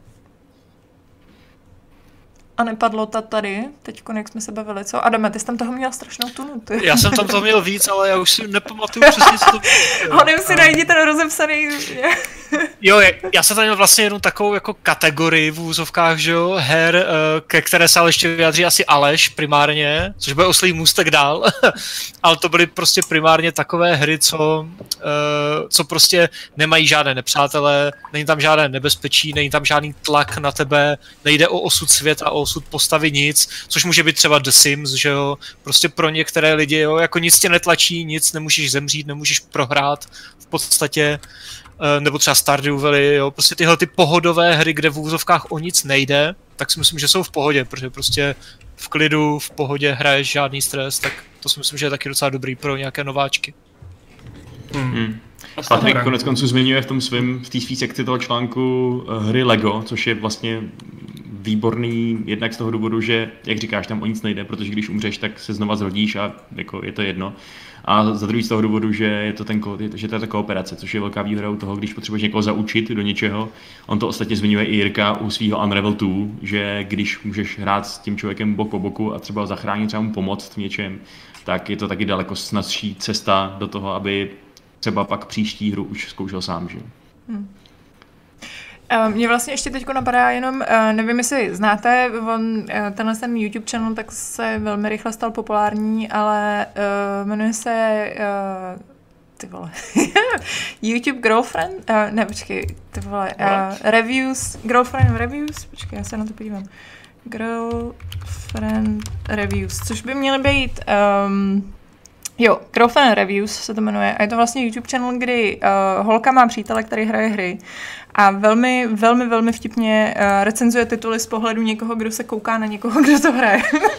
[SPEAKER 3] A nepadlo to tady, teď jak jsme se bavili, co? Adame, ty jsi tam toho měl strašnou tunu, ty.
[SPEAKER 4] Já jsem tam toho měl víc, ale já už si nepamatuju přesně, co to...
[SPEAKER 3] Honem si najdi ten rozepsaný...
[SPEAKER 4] Jo, já jsem tady měl vlastně jednu takovou jako kategorii v úzovkách, že jo, her, ke které se ale ještě vyjádří asi Aleš primárně, což bude oslý můstek dál, ale to byly prostě primárně takové hry, co prostě nemají žádné nepřátelé, není tam žádné nebezpečí, není tam žádný tlak na tebe, nejde o osud světa, o osud postavy nic, což může být třeba The Sims, že jo, prostě pro některé lidi, jo, jako nic tě netlačí, nic, nemůžeš zemřít, nemůžeš prohrát v podstatě, nebo třeba Stardew Valley, jo, prostě tyhle ty pohodové hry, kde v úzovkách o nic nejde, tak si myslím, že jsou v pohodě, protože prostě v klidu, v pohodě hraješ žádný stres, tak to si myslím, že je taky docela dobrý pro nějaké nováčky.
[SPEAKER 2] Patrik konec konců zmiňuje v té svý sekci toho článku hry Lego, což je vlastně výborný jednak z toho důvodu, že, jak říkáš, tam o nic nejde, protože když umřeš, tak se znova zrodíš a jako je to jedno. A za druhý z toho důvodu, že je to ta kooperace, což je velká výhoda u toho, když potřebuješ někoho zaučit do něčeho. On to ostatně zmiňuje i Jirka u svého Unravel 2, že když můžeš hrát s tím člověkem bok po boku a třeba ho zachránit, třeba mu pomoct v něčem, tak je to taky daleko snazší cesta do toho, aby třeba pak příští hru už zkoušel sám, že?
[SPEAKER 3] Mně vlastně ještě teď napadá jenom, nevím, jestli znáte, tenhle ten YouTube channel tak se velmi rychle stal populární, ale jmenuje se, ty vole, YouTube Girlfriend, ne, počkej, ty vole, Reviews, Girlfriend Reviews, počkej, já se na to podívám, Girlfriend Reviews, což by měly být, jo, Girlfriend Reviews se to jmenuje a je to vlastně YouTube channel, kdy holka má přítele, který hraje hry a velmi, velmi, velmi vtipně recenzuje tituly z pohledu někoho, kdo se kouká na někoho, kdo to hraje.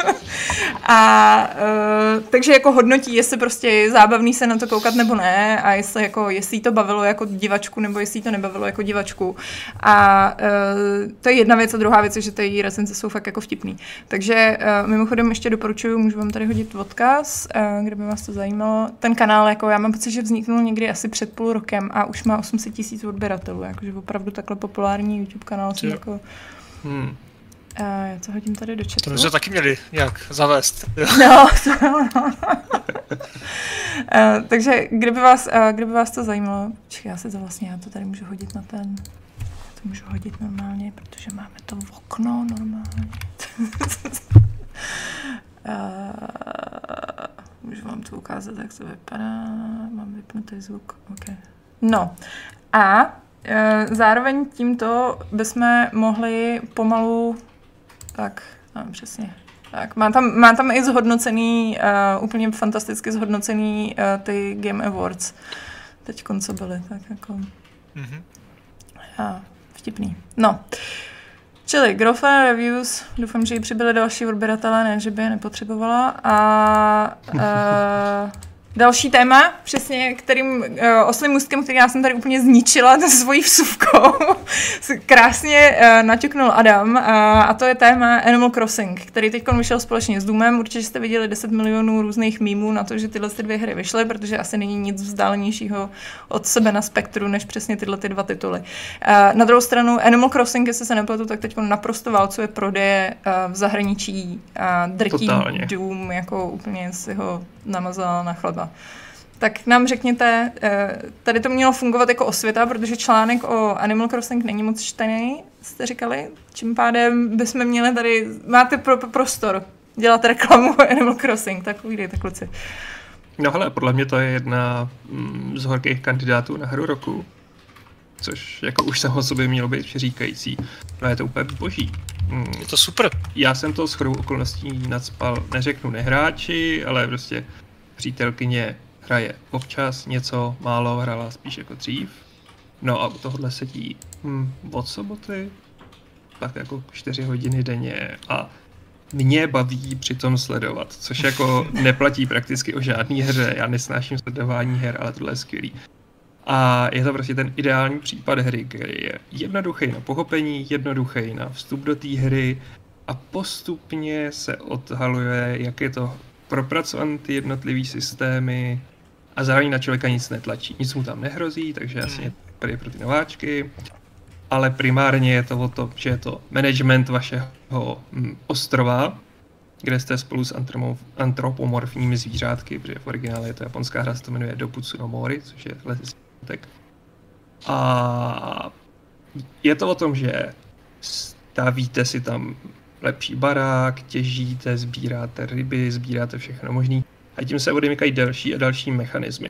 [SPEAKER 3] A takže jako hodnotí, jestli prostě je zábavný se na to koukat nebo ne a jestli jí to bavilo jako divačku nebo jestli jí to nebavilo jako divačku. A to je jedna věc a druhá věc je, že ty její recenze jsou fakt jako vtipný. Takže mimochodem ještě doporučuji, můžu vám tady hodit odkaz, kdyby vás to zajímalo. Ten kanál, jako já mám pocit, že vzniknul někdy asi před půl rokem a už má 800 000 odběratelů, jakože opravdu takhle populární YouTube kanál jsem jako... já to hodím tady do chatu.
[SPEAKER 4] To bychom taky měli nějak zavést.
[SPEAKER 3] No, takže kdyby vás to zajímalo, počkej, já to tady můžu hodit na ten, to můžu hodit normálně, protože máme to v okno normálně. Můžu vám to ukázat, jak to vypadá, mám vypnutý zvuk, ok. No a zároveň tímto bychom mohli pomalu, tak, přesně, tak, má tam i zhodnocený, úplně fantasticky zhodnocený ty Game Awards, teď co byly, tak jako, vtipný. No, čili Girlfriend Reviews, doufám, že jí přibyly další odběratelé, ne, že by je nepotřebovala a další téma, přesně oslým můstkem, který já jsem tady úplně zničila svojí vsuvkou, krásně naťuknul Adam a to je téma Animal Crossing, který teď vyšel společně s Doomem. Určitě jste viděli 10 milionů různých mýmů na to, že tyhle dvě hry vyšly, protože asi není nic vzdálenějšího od sebe na spektru, než přesně tyhle dva tituly. Na druhou stranu Animal Crossing, jestli se nepletu, tak teď naprosto válcuje prodeje v zahraničí a drtí Doom, jako úplně si ho namazala na chleba. Tak nám řekněte, tady to mělo fungovat jako osvěta, protože článek o Animal Crossing není moc čtený, jste říkali, čím pádem bychom měli tady, máte prostor dělat reklamu Animal Crossing, tak uvidíte, kluci.
[SPEAKER 1] No hele, podle mě to je jedna z horkých kandidátů na hru roku, což jako už samo sobě mělo být všeříkající, no je to úplně boží.
[SPEAKER 4] Je to super.
[SPEAKER 1] Já jsem to shodou okolností nacpal, neřeknu nehráči, ale prostě přítelkyně hraje občas něco, málo hrála spíš jako dřív. No a u tohohle sedí od soboty, tak jako 4 hodiny denně a mě baví přitom sledovat, což jako neplatí prakticky o žádný hře, já nesnáším sledování her, ale tohle je skvělý. A je to prostě ten ideální případ hry, který je jednoduchý na pochopení, jednoduchý na vstup do té hry a postupně se odhaluje, jak je to propracované ty jednotlivý systémy a zároveň na člověka nic netlačí. Nic mu tam nehrozí, takže jasně je pro ty nováčky, ale primárně je to o tom, že je to management vašeho ostrova, kde jste spolu s antropomorfními zvířátky, protože v originále je to japonská hra, se to jmenuje Dobutsu no Mori, což je lesní smutek. A je to o tom, že stavíte si tam lepší barák, těžíte, sbíráte ryby, sbíráte všechno možný a tím se odemykají další a další mechanismy.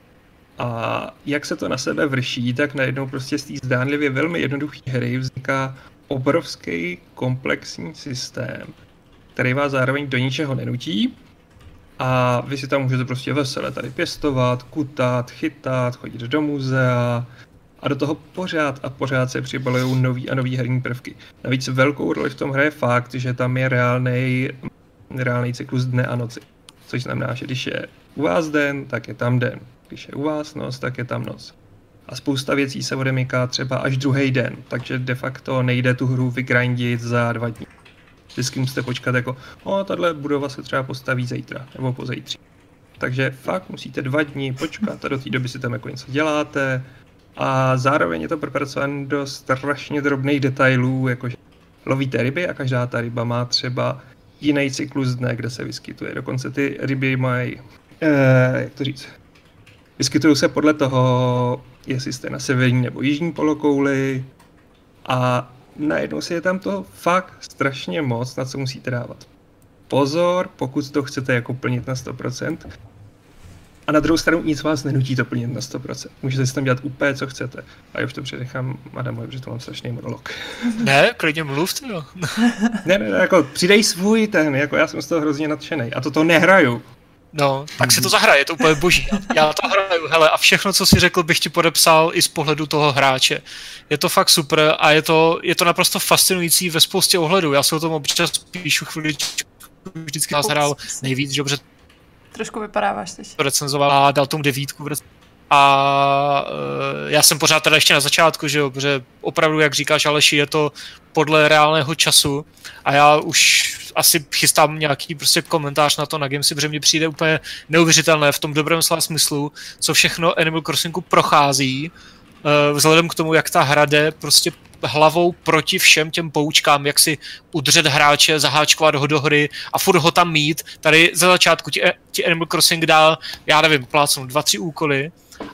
[SPEAKER 1] A jak se to na sebe vrší, tak najednou prostě z té zdánlivě velmi jednoduché hry vzniká obrovský komplexní systém, který vás zároveň do ničeho nenutí a vy si tam můžete prostě vesele tady pěstovat, kutat, chytat, chodit do muzea a do toho pořád se přibalují nový a nový herní prvky. Navíc velkou roli v tom hraje fakt, že tam je reálný cyklus dne a noci. Což znamená, že když je u vás den, tak je tam den. Když je u vás noc, tak je tam noc. A spousta věcí se odemyká třeba až druhý den, takže de facto nejde tu hru vygrindit za 2 dny. Vždycky musíte počkat jako, tahle budova se třeba postaví zítra nebo pozítří. Takže fakt musíte 2 dny počkat a do té doby si tam jako něco děláte. A zároveň je to propracované do strašně drobných detailů, jakože lovíte ryby a každá ta ryba má třeba jiný cyklus dne, kde se vyskytuje. Dokonce ty ryby mají, jak to říct, vyskytují se podle toho, jestli jste na severní nebo jižní polokouli a najednou si je tam toho fakt strašně moc, na co musíte dávat pozor, pokud to chcete jako plnit na 100%. A na druhou stranu nic vás nenutí to plnit na 100%. Můžete si tam dělat úplně, co chcete. A já už to předechám Adamovi, protože to mám strašný monolog.
[SPEAKER 4] Ne, klidně mluv, jo.
[SPEAKER 1] ne, jako přidej svůj ten, jako já jsem z toho hrozně nadšenej. A to nehraju.
[SPEAKER 4] No, tak si to zahraje, je to úplně boží. Já to hraju, hele, a všechno, co si řekl, bych ti podepsal i z pohledu toho hráče. Je to fakt super a je to naprosto fascinující ve spoustě ohledů. Já se o tom občas píšu chviličku, vždycky nás hrál nejvíc, že dobře
[SPEAKER 3] trošku vypadáváš teď.
[SPEAKER 4] Recenzoval a dal tomu 9. A já jsem pořád teda ještě na začátku, že jo, protože opravdu, jak říkáš Aleši, je to podle reálného času a já už asi chystám nějaký prostě komentář na to na Gamesy, protože mně přijde úplně neuvěřitelné v tom dobrém slova smyslu, co všechno Animal Crossingu prochází, vzhledem k tomu, jak ta hra jde prostě hlavou proti všem těm poučkám, jak si udržet hráče, zaháčkovat ho do hry a furt ho tam mít. Tady za začátku ti Animal Crossing dá, já nevím, plácnu 2-3 úkoly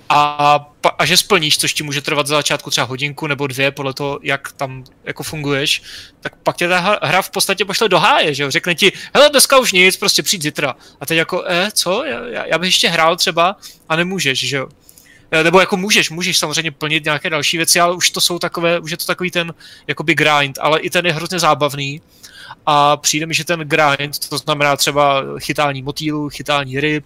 [SPEAKER 4] a že splníš, což ti může trvat za začátku třeba hodinku nebo 2, podle toho, jak tam jako funguješ, tak pak tě ta hra v podstatě pošle do háje, že jo? Řekne ti, hele, dneska už nic, prostě přijď zítra. A teď jako, co? Já bych ještě hrál třeba a nemůžeš, že jo? Nebo jako můžeš samozřejmě plnit nějaké další věci, ale už je to takový ten jakoby grind, ale i ten je hrozně zábavný a přijde mi, že ten grind, to znamená třeba chytání motýlů, chytání ryb,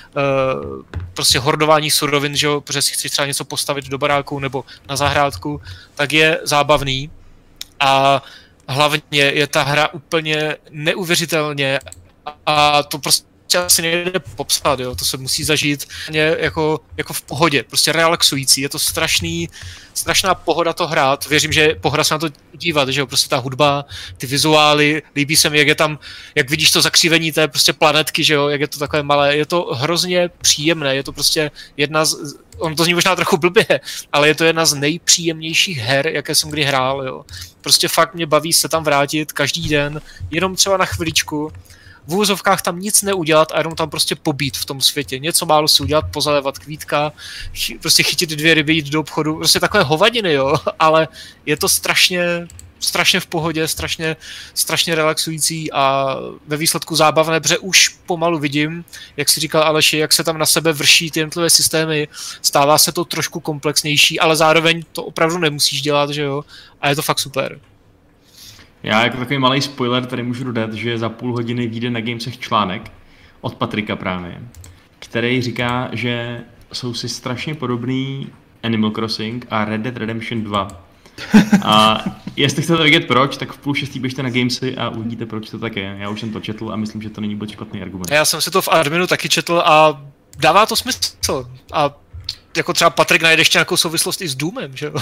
[SPEAKER 4] prostě hordování surovin, že jo, protože si chceš třeba něco postavit do baráku nebo na zahrádku, tak je zábavný a hlavně je ta hra úplně neuvěřitelně a to prostě asi nejde popsat, jo, to se musí zažít jako v pohodě, prostě relaxující, je to strašná pohoda to hrát, věřím, že pohoda se na to dívat, že jo, prostě ta hudba, ty vizuály, líbí se mi, jak vidíš to zakřívení té prostě planetky, že jo, jak je to takové malé, je to hrozně příjemné, je to prostě on to zní možná trochu blbě, ale je to jedna z nejpříjemnějších her, jaké jsem kdy hrál, jo, prostě fakt mě baví se tam vrátit každý den, jenom třeba na chviličku, v úvozovkách tam nic neudělat a jenom tam prostě pobít v tom světě. Něco málo si udělat, pozalévat kvítka, prostě chytit 2 ryby, jít do obchodu, prostě takové hovadiny, jo, ale je to strašně v pohodě, strašně relaxující a ve výsledku zábavné, protože už pomalu vidím, jak si říkal Aleši, jak se tam na sebe vrší ty jednotlivé systémy, stává se to trošku komplexnější, ale zároveň to opravdu nemusíš dělat, že jo, a je to fakt super.
[SPEAKER 2] Já jako takový malý spoiler tady můžu dodat, že za půl hodiny vyjde na Gamesech článek od Patrika právě, který říká, že jsou si strašně podobný Animal Crossing a Red Dead Redemption 2. A jestli chcete vědět proč, tak v 5:30 běžte na Gamesy a uvidíte, proč to tak je. Já už jsem to četl a myslím, že to není vůbec špatný argument.
[SPEAKER 4] Já jsem si to v adminu taky četl a dává to smysl. A jako třeba Patrik najde ještě nějakou souvislost i s Doomem, že jo?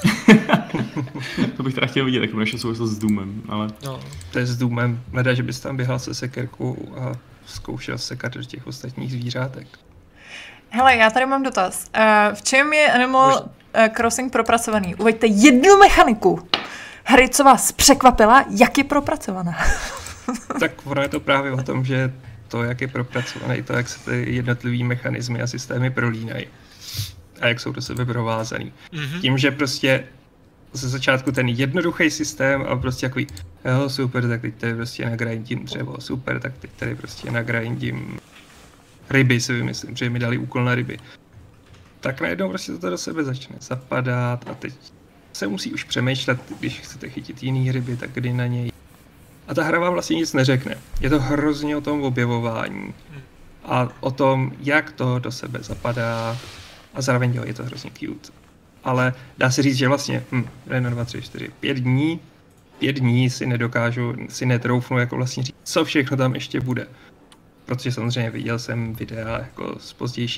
[SPEAKER 2] To bych teda chtěl vidět, jako naše souvislost s Doomem, ale...
[SPEAKER 1] No. To je s Doomem, hledá, že bys tam běhal se sekerkou a zkoušel sekat do těch ostatních zvířátek.
[SPEAKER 3] Hele, já tady mám dotaz. V čem je Animal Crossing propracovaný? Uveďte jednu mechaniku hry, co vás překvapila, jak je propracovaná.
[SPEAKER 1] Tak ono je to právě o tom, že to, jak je propracované, to, jak se ty jednotlivý mechanismy a systémy prolínají. a jak jsou do sebe provázaný. Tím, že prostě ze začátku ten jednoduchý systém a prostě takový, jo, super, tak teď tady prostě nagrindím dřevo, super, tak teď tady prostě nagrindím ryby, si vymyslím, že mi dali úkol na ryby. Tak najednou prostě to do sebe začne zapadat a teď se musí už přemýšlet, když chcete chytit jiný ryby, tak kdy na něj. A ta hra vám vlastně nic neřekne. Je to hrozně o tom objevování a o tom, jak to do sebe zapadá a zároveň je to hrozně cute. Ale dá se říct, že vlastně 1, 2, 3, 4, 5 dní si netroufnu jako vlastně říct, co všechno tam ještě bude. Protože samozřejmě viděl jsem videa jako z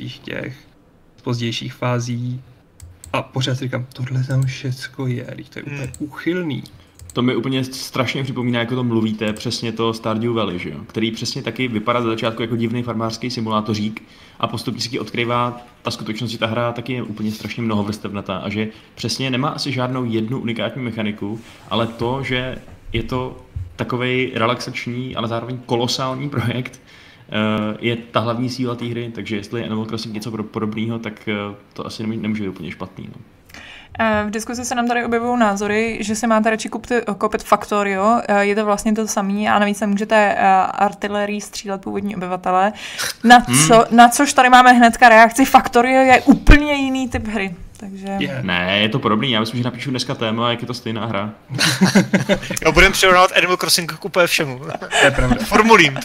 [SPEAKER 1] pozdějších fází a pořád říkám, tohle tam všecko je, když to je úplně úchylný.
[SPEAKER 2] To mi úplně strašně připomíná, jako to mluvíte, přesně to Stardew Valley, že jo? Který přesně taky vypadá za začátku jako divný farmářský simulátořík a postupně si odkrývá ta skutečnost, že ta hra taky je úplně strašně mnohovrstevnatá a že přesně nemá asi žádnou jednu unikátní mechaniku, ale to, že je to takovej relaxační, ale zároveň kolosální projekt, je ta hlavní síla té hry, takže jestli je Animal Crossing něco podobného, tak to asi nemůže být úplně špatný. No.
[SPEAKER 3] V diskuzi se nám tady objevují názory, že si máte radši koupit Factorio, je to vlastně to samé a navíc můžete artilerii střílet původní obyvatele. Na což tady máme hnedka reakci, Factorio je úplně jiný typ hry. Takže...
[SPEAKER 2] Ne, je to podobný, já myslím, že napíšu dneska téma, jak je to stejná hra.
[SPEAKER 4] Jo, budeme přirovnávat Animal Crossing k úplně všemu.
[SPEAKER 1] To je pravda.
[SPEAKER 4] Formulím.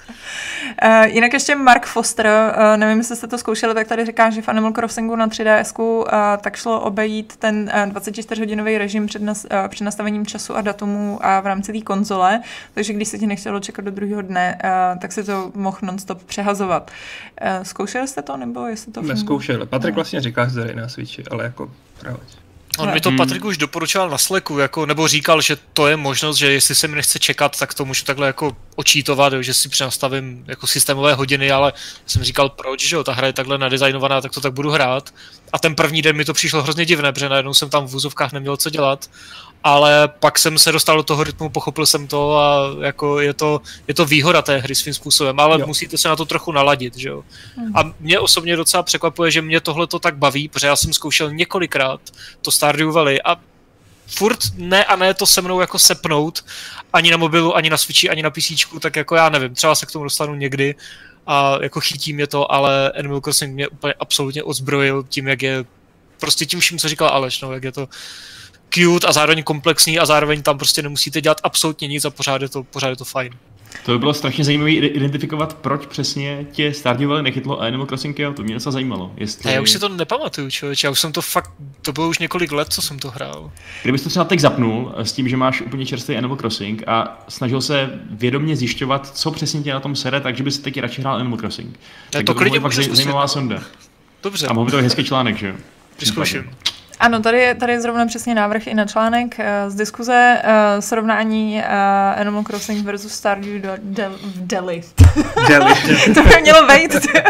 [SPEAKER 3] Jinak ještě Mark Foster, nevím, jestli jste to zkoušeli, tak tady říká, že v Animal Crossingu na 3DSku tak šlo obejít ten 24-hodinový režim před nastavením času a datumu a v rámci té konzole, takže když se ti nechtělo čekat do druhého dne, tak si to mohl non-stop přehazovat. Zkoušeli jste to, nebo jestli to funguje?
[SPEAKER 1] Neskoušel. Patrik vlastně říká, že tady na Switchi, ale jako právě.
[SPEAKER 4] On mi to Patrik už doporučoval na Slacku, jako, nebo říkal, že to je možnost, že jestli se mi nechce čekat, tak to můžu takhle jako očítovat, že si přenastavím jako systémové hodiny, ale jsem říkal proč, že jo, ta hra je takhle nadizajnovaná, tak to tak budu hrát. A ten první den mi to přišlo hrozně divné, protože najednou jsem tam v vůzovkách neměl co dělat, ale pak jsem se dostal do toho rytmu, pochopil jsem to a jako je to výhoda té hry svým způsobem, ale musíte se na to trochu naladit, že jo. A mě osobně docela překvapuje, že mě tohle to tak baví, protože já jsem zkoušel několikrát to Stardew Valley a furt ne to se mnou jako sepnout, ani na mobilu, ani na Switchi, ani na PCčku, tak jako já nevím, třeba se k tomu dostanu někdy a jako chytí mě to, ale Animal Crossing mě úplně absolutně odzbrojil tím, jak je, prostě tím vším, co říkal Aleš, no, jak je to cute a zároveň komplexní a zároveň tam prostě nemusíte dělat absolutně nic a pořád je to fajn.
[SPEAKER 2] To by bylo strašně zajímavé identifikovat, proč přesně tě Stardew Valley nechytlo a Animal Crossing, jo, to mě docela zajímalo. Jestli...
[SPEAKER 4] Já už si to nepamatuju, člověče, já už jsem to fakt, to bylo už několik let, co jsem to hrál.
[SPEAKER 2] Kdybys to třeba teď zapnul s tím, že máš úplně čerstvý Animal Crossing a snažil se vědomě zjišťovat, co přesně tě na tom sere, takže bys teď radši hrál Animal Crossing. Tak to klidně fakt zajímavá sonda.
[SPEAKER 4] Dobře.
[SPEAKER 2] A mohl by to hezký článek, že jo?
[SPEAKER 4] Vyzkouším.
[SPEAKER 3] Ano, tady je zrovna přesně návrh i na článek z diskuze srovnání Animal Crossing versus Stardew Valley. To by mělo být.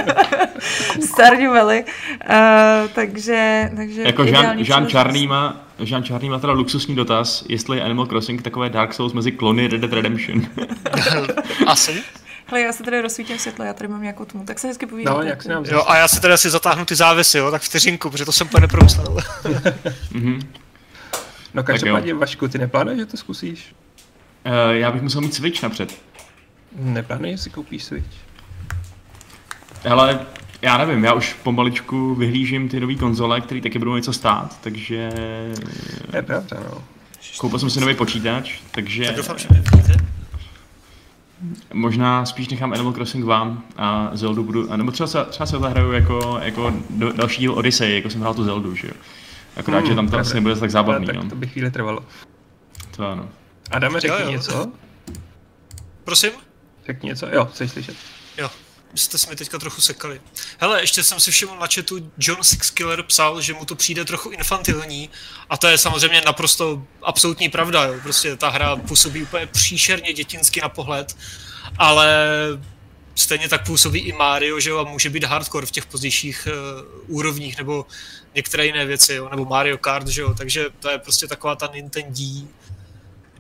[SPEAKER 3] Stardew Valley. Takže
[SPEAKER 2] jako Jean Čárný má teda luxusní dotaz, jestli je Animal Crossing takové Dark Souls mezi klony Red Dead Redemption.
[SPEAKER 4] Asi.
[SPEAKER 3] Hele, já se tady rozsvítím světlo, já tady mám nějakou tmu, tak se hezky povídáte.
[SPEAKER 1] No, jak se nám
[SPEAKER 4] jo, a já si tady asi zatáhnu ty závěsy, jo, tak vteřinku, protože to jsem úplně nepromyslel.
[SPEAKER 1] No každopádně, Vašku, ty neplánuješ, že to zkusíš?
[SPEAKER 2] Já bych musel mít Switch napřed.
[SPEAKER 1] Neplánuješ, že si koupíš Switch?
[SPEAKER 2] Hele, já nevím, já už pomaličku vyhlížím ty nový konzole, které taky budou něco stát, takže...
[SPEAKER 1] Je pravda, no.
[SPEAKER 2] Koupil jsem si nový počítač, takže...
[SPEAKER 4] Tak doufám, že nevíte.
[SPEAKER 2] Možná spíš nechám Animal Crossing vám a Zeldu budu, nebo třeba se zahraju jako další díl Odyssey, jako jsem hrál tu Zeldu, že jo. Akorát, že tam to asi nebude tak zábavný,
[SPEAKER 1] tak to by chvíli trvalo.
[SPEAKER 2] To ano.
[SPEAKER 1] Adame, řekni něco.
[SPEAKER 4] Prosím?
[SPEAKER 1] Řekni něco, jo, chceš slyšet.
[SPEAKER 4] Jo, jste se mi teďka trochu sekali. Hele, ještě jsem si všiml na chatu, John Sixkiller psal, že mu to přijde trochu infantilní a to je samozřejmě naprosto absolutní pravda, jo. Prostě ta hra působí úplně příšerně dětinsky na pohled, ale stejně tak působí i Mario, že jo, a může být hardcore v těch pozdějších úrovních nebo některé jiné věci, jo, nebo Mario Kart, že jo, takže to je prostě taková ta Nintendí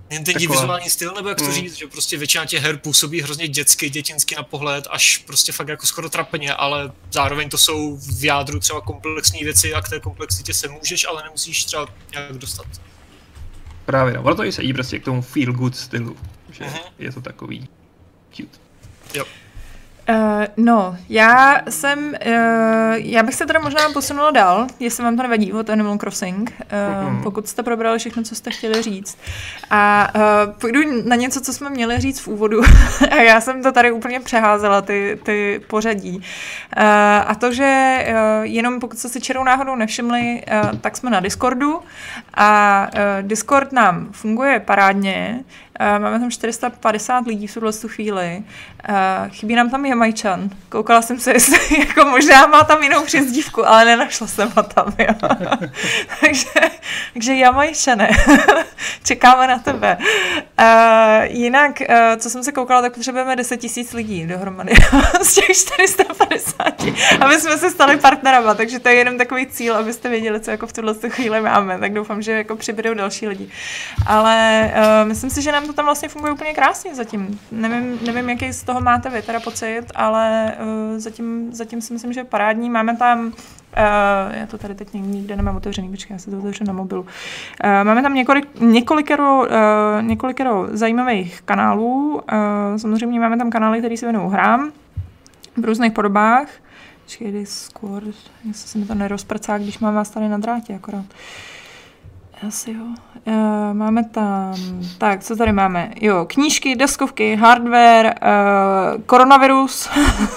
[SPEAKER 4] Jen ten vizuální styl, nebo jak to říct, že prostě většina těch her působí hrozně dětinsky na pohled, až prostě fakt jako skoro trapně, ale zároveň to jsou v jádru třeba komplexní věci a k té komplexitě se můžeš, ale nemusíš třeba nějak dostat.
[SPEAKER 1] Právě, no. Ono to i sedí prostě k tomu feel good stylu, že je to takový cute.
[SPEAKER 4] Jo.
[SPEAKER 3] No, já bych se teda možná posunula dál, jestli vám to nevadí od Animal Crossing, pokud jste probrali všechno, co jste chtěli říct. A půjdu na něco, co jsme měli říct v úvodu. A já jsem to tady úplně přeházela, ty pořadí. A to, že jenom pokud jste si čirou náhodou nevšimli, tak jsme na Discordu a Discord nám funguje parádně. Máme tam 450 lidí v tuhle chvíli. Chybí nám tam Jamajčan. Koukala jsem se, jestli jako možná má tam jinou přezdívku, ale nenašla jsem ho tam. Jo. takže Jamajčane, čekáme na tebe. Jinak, co jsem se koukala, tak potřebujeme 10 000 lidí dohromady z těch 450, aby jsme se stali partnerama, takže to je jenom takový cíl, abyste věděli, co jako v tuhle chvíli máme. Tak doufám, že jako přibydou další lidi. Ale myslím si, že nám to tam vlastně funguje úplně krásně zatím. Nevím, jaký z toho máte vy teda pocit, ale zatím si myslím, že je parádní. Máme tam, já to tady teď nikde nemám otevřený, počkej, já se to otevřu na mobilu. Máme tam několikero zajímavých kanálů. Samozřejmě máme tam kanály, které se věnují hrám v různých podobách. Počkej, Discord, jestli se mi to nerozpracá, když mám vás tady na drátě akorát. Asi jo. Máme tam, tak, co tady máme? Jo, knížky, deskovky, hardware, koronavirus.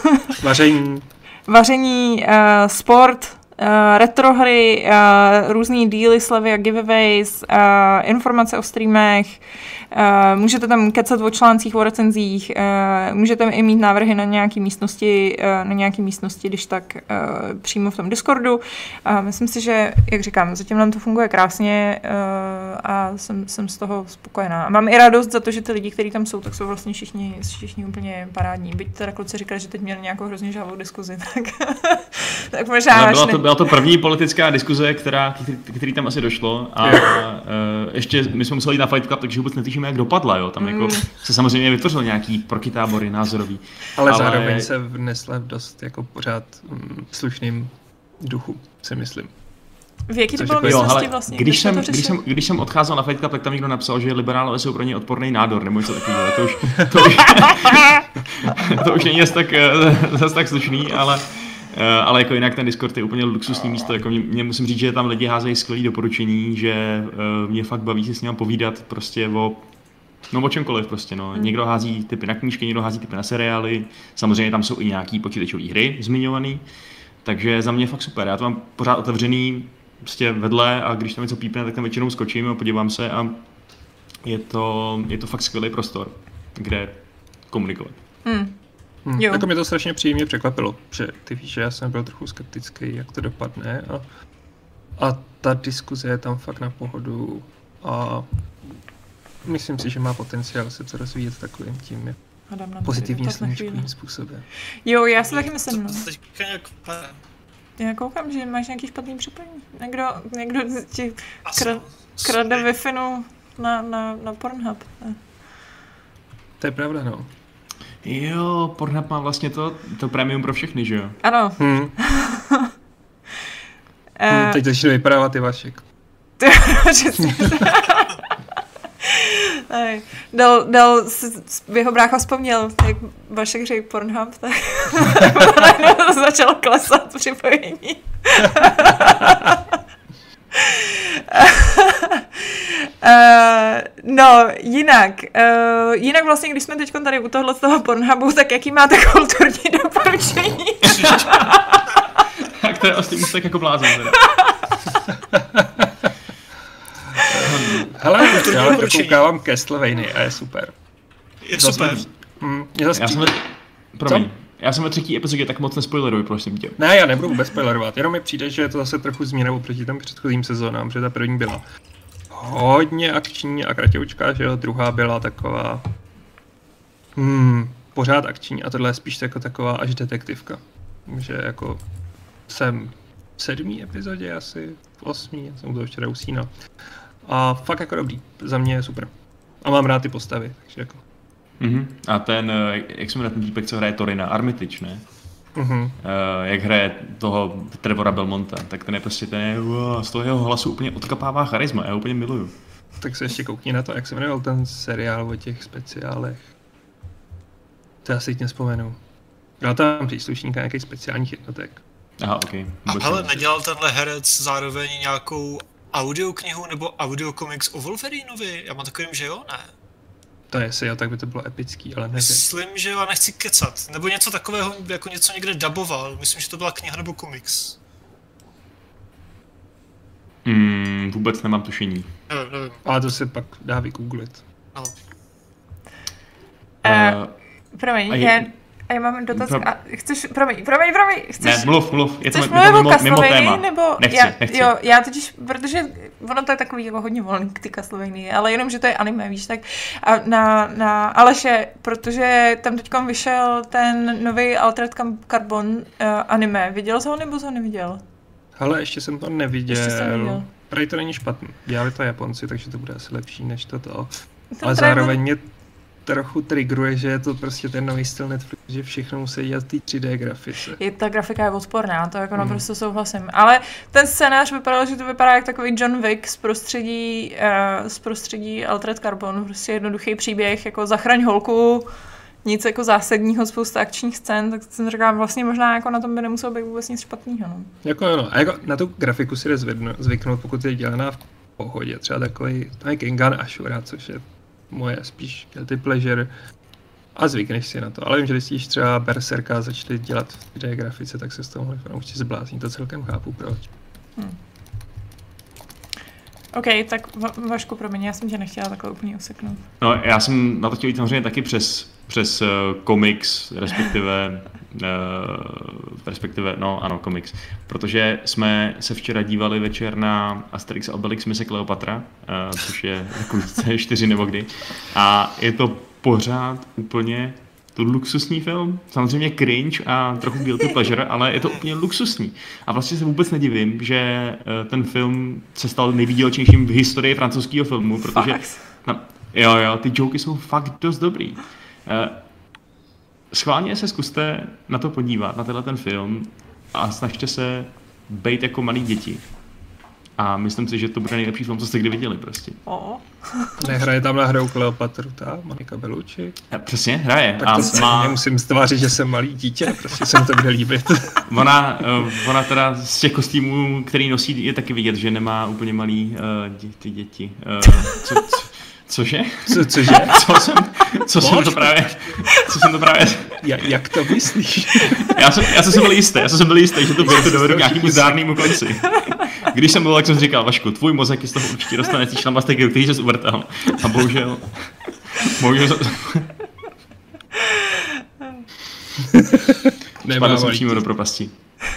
[SPEAKER 3] Vaření, sport, retrohry, různý díly, slevy a giveaways, informace o streamech, můžete tam kecat o článcích, o recenzích, můžete i mít návrhy na nějaké místnosti, když tak přímo v tom Discordu. Myslím si, že, jak říkám, zatím nám to funguje krásně a jsem z toho spokojená. A mám i radost za to, že ty lidi, kteří tam jsou, tak jsou vlastně všichni úplně parádní. Byť teda kluci říkali, že teď měli nějakou hrozně žhavou diskuzi, tak možná...
[SPEAKER 2] Byla to první politická diskuze, který tam asi došlo a ještě my jsme museli jít na Fight Club, takže vůbec netušíme, jak dopadla, jo. Tam jako se samozřejmě vytvořil nějaký protitábory názorový.
[SPEAKER 1] Ale zároveň se vnesla v dost jako pořád slušným duchu, si myslím.
[SPEAKER 3] V jaký to bylo místnosti vlastně?
[SPEAKER 2] Když jsem odcházel na Fight Club, tak tam někdo napsal, že liberálové jsou pro ně odporný nádor, nebo něco takového. To už není zase tak slušný, ale jako jinak ten Discord je úplně luxusní místo, jako mě musím říct, že tam lidi házejí skvělý doporučení, že mě fakt baví si s nimi povídat prostě o čemkoliv prostě, no. Někdo hází tipy na knížky, někdo hází tipy na seriály, samozřejmě tam jsou i nějaký počítačové hry zmiňovaný, takže za mě je fakt super, já to mám pořád otevřený prostě vedle a když tam něco pípne, tak tam většinou skočím a podívám se a je to fakt skvělý prostor, kde komunikovat.
[SPEAKER 1] Jako mě to strašně příjemně překvapilo, že ty víš, že já jsem byl trochu skeptický, jak to dopadne a ta diskuze je tam fakt na pohodu a myslím si, že má potenciál se to rozvíjet takovým tím pozitivním sluníčkovým způsobem.
[SPEAKER 3] Jo, já si taky myslím, no.
[SPEAKER 4] Nějak...
[SPEAKER 3] Já koukám, že máš nějaký špatný připojení. Někdo ti krade Wi-Fi na Pornhub.
[SPEAKER 1] To je pravda, no.
[SPEAKER 2] Jo, Pornhub má vlastně to prémium pro všechny, že jo?
[SPEAKER 3] Ano.
[SPEAKER 1] Teď začne vypadávat i Vašek.
[SPEAKER 3] Jeho brácha vzpomněl, jak Vašek řekl Pornhub, tak začalo klesat připojení. No, jinak vlastně, když jsme teď tady u tohle z toho Pornhubu, tak jaký máte kulturní doporučení?
[SPEAKER 2] Tak to je asi ústek jako blázen.
[SPEAKER 1] Hele, já dokoukávám Castlevania a je super.
[SPEAKER 4] Je super.
[SPEAKER 2] Já jsem ve 3. epizodě, tak moc nespoileruj, prosím tě.
[SPEAKER 1] Ne, já nebudu vůbec spoilerovat, jenom mi přijde, že je to zase trochu změna oproti těm předchozím sezónám, protože ta první byla hodně akční a kratěučká, že jo, druhá byla taková pořád akční a tohle je spíš jako taková až detektivka. Že jako jsem v 7. epizodě asi, v 8. jsem to včera usínal. A fakt jako dobrý, za mě je super. A mám rád ty postavy, takže jako.
[SPEAKER 2] A ten, jak se jmenuje ten týpek, co hraje Torina, Armitage, ne? Jak hraje toho Trevora Belmonta, tak ten je prostě z toho jeho hlasu úplně odkapává charisma, já ho úplně miluju.
[SPEAKER 1] Tak se ještě koukni na to, jak se jmenoval ten seriál o těch speciálech. To já si teď nevzpomenu. Dal tam příslušníka nějakých speciálních jednotek.
[SPEAKER 2] Aha, okej.
[SPEAKER 4] Ale nedělal tenhle herec zároveň nějakou audioknihu nebo audiokomiks o Wolverinovi? Já mám takovým, že jo? Ne.
[SPEAKER 1] To jestli jo, tak by to bylo epický, ale nevím.
[SPEAKER 4] Myslím, že jo, a nechci kecat. Nebo něco takového, jako něco někde daboval. Myslím, že to byla kniha nebo komiks.
[SPEAKER 2] Vůbec nemám tušení.
[SPEAKER 4] Nevím.
[SPEAKER 1] Ale to se pak dá vygooglit.
[SPEAKER 4] No.
[SPEAKER 3] Promiň, já mám dotaz. Chceš, promiň.
[SPEAKER 2] Ne, mluv. Je to
[SPEAKER 3] mimo
[SPEAKER 2] téma.
[SPEAKER 3] Nebo
[SPEAKER 2] nechci.
[SPEAKER 3] Jo, já totiž, protože ono to je takový jako hodně volný, ty Castlevania, ale jenom, že to je anime, víš, tak a na Aleše, protože tam teďkom vyšel ten nový Altered Carbon anime. Viděl jsi ho nebo jsi ho neviděl?
[SPEAKER 1] Hele, ještě jsem to neviděl. Prej to není špatný. Dělali to Japonci, takže to bude asi lepší než toto. Ale zároveň mě trochu triggeruje, že je to prostě ten nový styl Netflix, že všechno musí dělat ty 3D grafice.
[SPEAKER 3] Ta grafika je odporná, to jako naprosto souhlasím. Ale ten scénář vypadal, že to vypadá jak takový John Wick z prostředí Altered Carbon, prostě jednoduchý příběh, jako zachraň holku, nic jako zásadního, spousta akčních scén, tak jsem říkám, vlastně možná jako na tom by nemuselo být vůbec nic špatného. No.
[SPEAKER 1] Jako ano, a jako na tu grafiku si jde zvyknout, pokud je dělaná v pohodě, třeba takový Kengan Ashura, což je moje spíš guilty pleasure a zvykneš si na to, ale vím, že když třeba Berserka začali dělat v 3D grafice, tak se z toho mohli určitě zbláznit, to celkem chápu proč.
[SPEAKER 3] OK, tak Vašku, promiň, já jsem tě nechtěla takhle úplně useknout.
[SPEAKER 2] No, já jsem na to chtěl jít samozřejmě taky přes komiks, respektive, no ano, komiks, protože jsme se včera dívali večer na Asterix a Obelix mise Kleopatra, což je jako 4 nebo kdy, a je to pořád úplně to luxusní film, samozřejmě cringe a trochu guilty pleasure, ale je to úplně luxusní. A vlastně se vůbec nedivím, že ten film se stal nejvýdělečnějším v historii francouzského filmu, protože ty joky jsou fakt dost dobrý. Schválně se zkuste na to podívat, na tenhle ten film a snažte se bejt jako malí děti. A myslím si, že to bude nejlepší film, co jste kdy viděli prostě.
[SPEAKER 1] Nehraje tam na hrou Kleopatru, ta Monika Bellucci?
[SPEAKER 2] Přesně, hraje.
[SPEAKER 1] Tak to nemusím stvářit, že jsem malý dítě, prostě se mi to bude líbit.
[SPEAKER 2] Ona teda z těch kostýmů, který nosí, je taky vidět, že nemá úplně malý ty děti. Cože?
[SPEAKER 1] Cože?
[SPEAKER 2] Co jsem to právě...
[SPEAKER 1] Jak to myslíš?
[SPEAKER 2] Já jsem byl jistý, že to dovedu k nějakému zdárnému konci. Když jsem byl, jak jsem říkal, Vašku, tvůj mozek z toho určitě dostane ty šlamasteky, který se uvrtal. A bohužel... Spadl jsem přímo do propasti.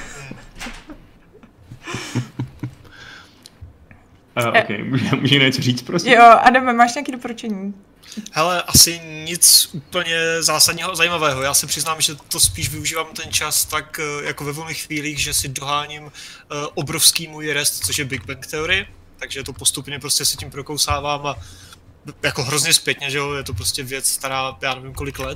[SPEAKER 2] Může něco říct, prosím?
[SPEAKER 3] Jo, Adame, máš nějaké doporučení?
[SPEAKER 4] Hele, asi nic úplně zásadního a zajímavého. Já se přiznám, že to spíš využívám ten čas tak jako ve volných chvílích, že si doháním obrovský můj rest, což je Big Bang Theory, takže to postupně prostě si tím prokousávám a jako hrozně zpětně, že jo, je to prostě věc stará, já nevím kolik let.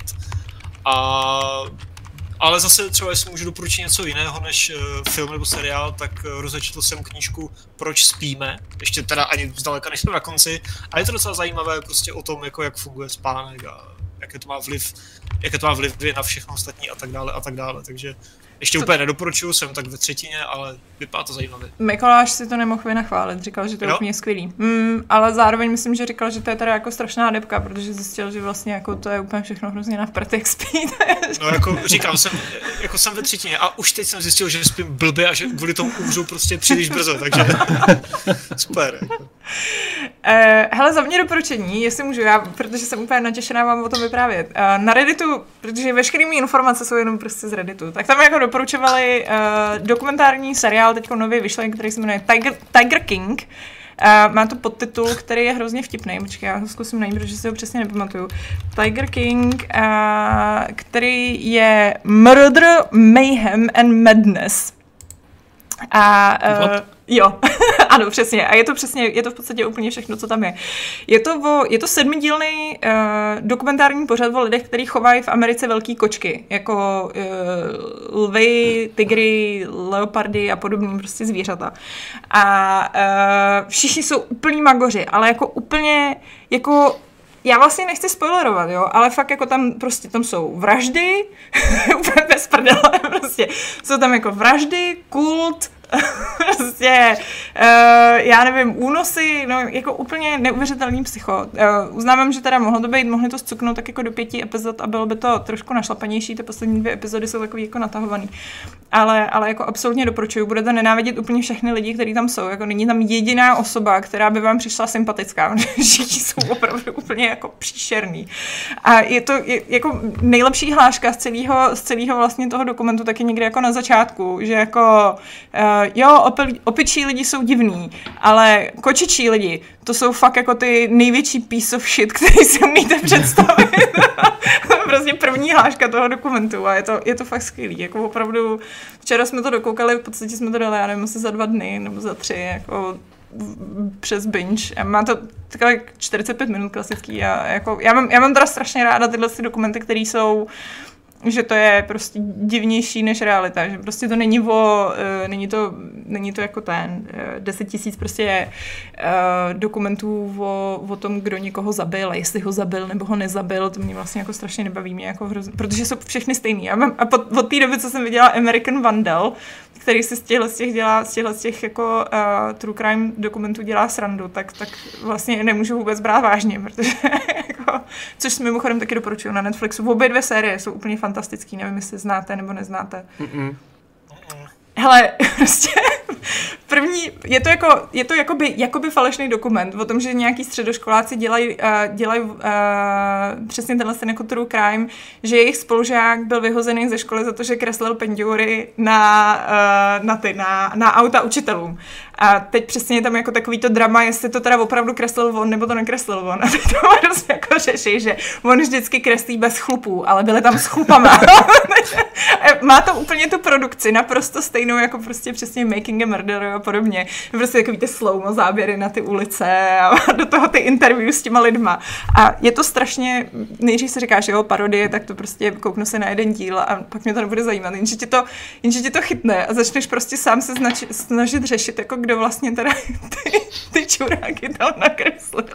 [SPEAKER 4] Ale zase třeba, jestli můžu doporučit něco jiného než film nebo seriál, tak rozečetl jsem knížku Proč spíme, ještě teda ani zdaleka nejsme na konci, a je to docela zajímavé prostě o tom, jako jak funguje spánek a jaké to má vliv na všechno ostatní a tak dále, takže ještě úplně nedoporučuju, jsem tak ve třetině, ale vypadá to zajímavě.
[SPEAKER 3] Mikoláš si to nemohl vynachválit, říkal, že to je úplně skvělý. Ale zároveň myslím, že říkal, že to je teda jako strašná debka, protože zjistil, že vlastně jako to je úplně všechno hrozně na vprd, jak spí.
[SPEAKER 4] No jako říkám, jsem ve třetině a už teď jsem zjistil, že spím blbě a že kvůli tomu umřu prostě příliš brzo, takže super. Jako.
[SPEAKER 3] Hele, za mě doporučení, jestli můžu, protože jsem úplně natěšená vám o tom vyprávět. Na Redditu, protože veškeré mý informace jsou jenom prostě z Redditu, tak tam jako doporučovali dokumentární seriál, teďko nově vyšlý, který se jmenuje Tiger King. Má to podtitul, který je hrozně vtipný. Počkej, já ho zkusím najít, protože si ho přesně nepamatuju. Tiger King, který je Murder, Mayhem and Madness. Jo, Ano, přesně. A je to v podstatě úplně všechno, co tam je. Je to 7dílný dokumentární pořad o lidech, kteří chovají v Americe velký kočky, jako lvy, tygry, leopardy a podobný prostě zvířata. A všichni jsou úplní magoři, ale jako úplně, jako já vlastně nechci spoilerovat, jo, ale fakt jako tam jsou vraždy, úplně bez prdele, prostě. Jsou tam jako vraždy, kult, prostě, já nevím, únosy, no jako úplně neuvěřitelný psycho. Uznávám, že teda mohli to zcuknout tak jako do 5 epizod a bylo by to trošku našlapanější, ty poslední 2 epizody jsou takový jako natahovaný. Ale jako absolutně doporučuju, budete nenávidět úplně všechny lidi, kteří tam jsou, jako není tam jediná osoba, která by vám přišla sympatická, všichni jsou opravdu úplně jako příšerný. A je to jako nejlepší hláška z celého vlastně toho dokumentu taky někde jako na začátku, že jako jo, opičí lidi jsou divný, ale kočičí lidi, to jsou fakt jako ty největší piece of shit, který si umíte představit. Prostě první hláška toho dokumentu a je to fakt skvělý. Jako opravdu, včera jsme to dokoukali, v podstatě jsme to dali, já nevím, asi za 2 dny nebo za 3, jako přes binge. A má to takové 45 minut klasický a jako, já mám teda strašně ráda tyhle dokumenty, které jsou, že to je prostě divnější než realita, že prostě to není to jako 10 000 prostě dokumentů o tom, kdo někoho zabil a jestli ho zabil nebo ho nezabil, to mě vlastně jako strašně nebaví, mě jako protože jsou všechny stejný. A od té doby, co jsem viděla American Vandal, který si z těch jako true crime dokumentů dělá srandu, tak vlastně nemůžu vůbec brát vážně, protože jako, což mimochodem taky doporučuju na Netflixu. Obě 2 série jsou úplně fantastický, nevím, jestli znáte nebo neznáte. Hele, prostě první, je to jakoby falešný dokument o tom, že nějaký středoškoláci dělají přesně tenhle ten jako true crime, že jejich spolužák byl vyhozený ze školy za to, že kreslil penďoury na auta učitelům. A teď přesně je tam jako takový to drama, jestli to teda opravdu kreslil on, nebo to nekreslil on. A teď to prostě jako řeší, že on vždycky kreslí bez chlupů, ale byly tam s chlupama. Má to úplně tu produkci, naprosto stejnou jako prostě přesně Making a Murderer a podobně. Prostě takový ty slow-mo záběry na ty ulice a do toho ty interview s těma lidma. A je to strašně, nejdřív si říkáš, jo, parodie, tak to prostě kouknu se na jeden díl a pak mě to nebude zajímat. Jenže tě to chytne a začneš prostě sám se snažit řešit, jako kdo vlastně teda ty čuráky tam nakreslil.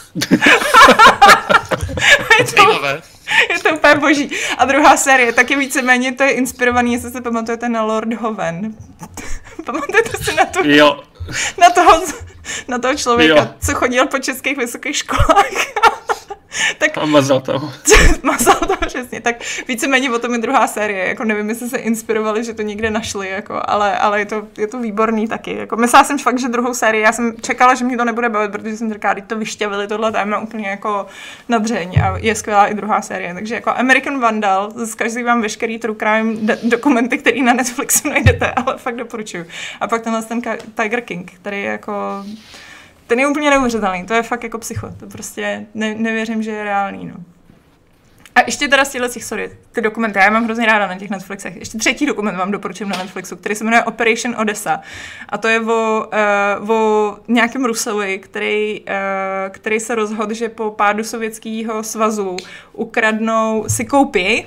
[SPEAKER 3] Je to úplně boží. A druhá série, taky víceméně to je inspirovaný, jestli se pamatujete na Lord Hoven. Pamatujete si na tu? Jo. Na toho člověka, jo, co chodil po českých vysokých školách. Tak,
[SPEAKER 1] a mazal to.
[SPEAKER 3] Mazal to, přesně. Tak víceméně o tom je druhá série. Jako nevím, jestli se inspirovali, že to někde našli, jako, ale je to výborný taky. Jako, myslela jsem fakt, že druhou sérii, já jsem čekala, že mě to nebude bavit, protože jsem říkala, že to vyšťavili tohle téma úplně jako na dřeň a je skvělá i druhá série. Takže jako American Vandal, zkaží vám veškerý true crime dokumenty, který na Netflixu najdete, ale fakt doporučuju. A pak tenhle ten Tiger King, který je jako... Ten je úplně neuvěřitelný, to je fakt jako psycho, to prostě nevěřím, že je reálný, no. A ještě teda z ty dokumenty, já mám hrozně ráda na těch Netflixech. Ještě 3. dokument vám doporučím na Netflixu, který se jmenuje Operation Odessa. A to je o nějakém Rusovi, který se rozhodl, že po pádu Sovětského svazu ukradnou si koupí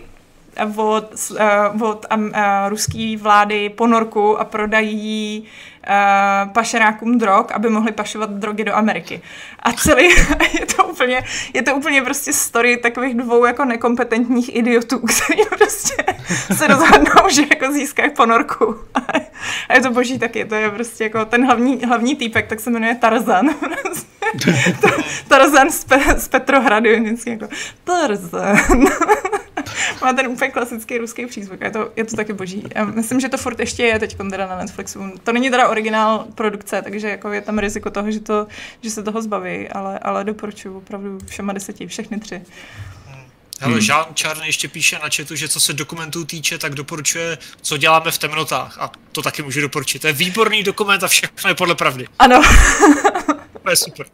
[SPEAKER 3] od ruské vlády ponorku a prodají ji pašerákům drog, aby mohli pašovat drogy do Ameriky. A celý je to úplně prostě story takových 2 jako nekompetentních idiotů, kteří prostě se rozhodnou, že jako získají ponorku. A je to boží taky, to je prostě jako ten hlavní týpek, tak se jmenuje Tarzan. Tarzan z Petrohradu, vždycky jako Tarzan. Má ten úplně klasický ruský přízvuk. Je to taky boží. Já myslím, že to furt ještě je teď teda na Netflixu. To není teda originál produkce, takže jako je tam riziko toho, že se toho zbaví, ale doporučuji opravdu všema 10, všechny 3.
[SPEAKER 4] Hele, Žán Čárny ještě píše na chatu, že co se dokumentů týče, tak doporučuje, co děláme v temnotách. A to taky můžu doporučit. To je výborný dokument a všechno je podle pravdy.
[SPEAKER 3] Ano.
[SPEAKER 4] To je super.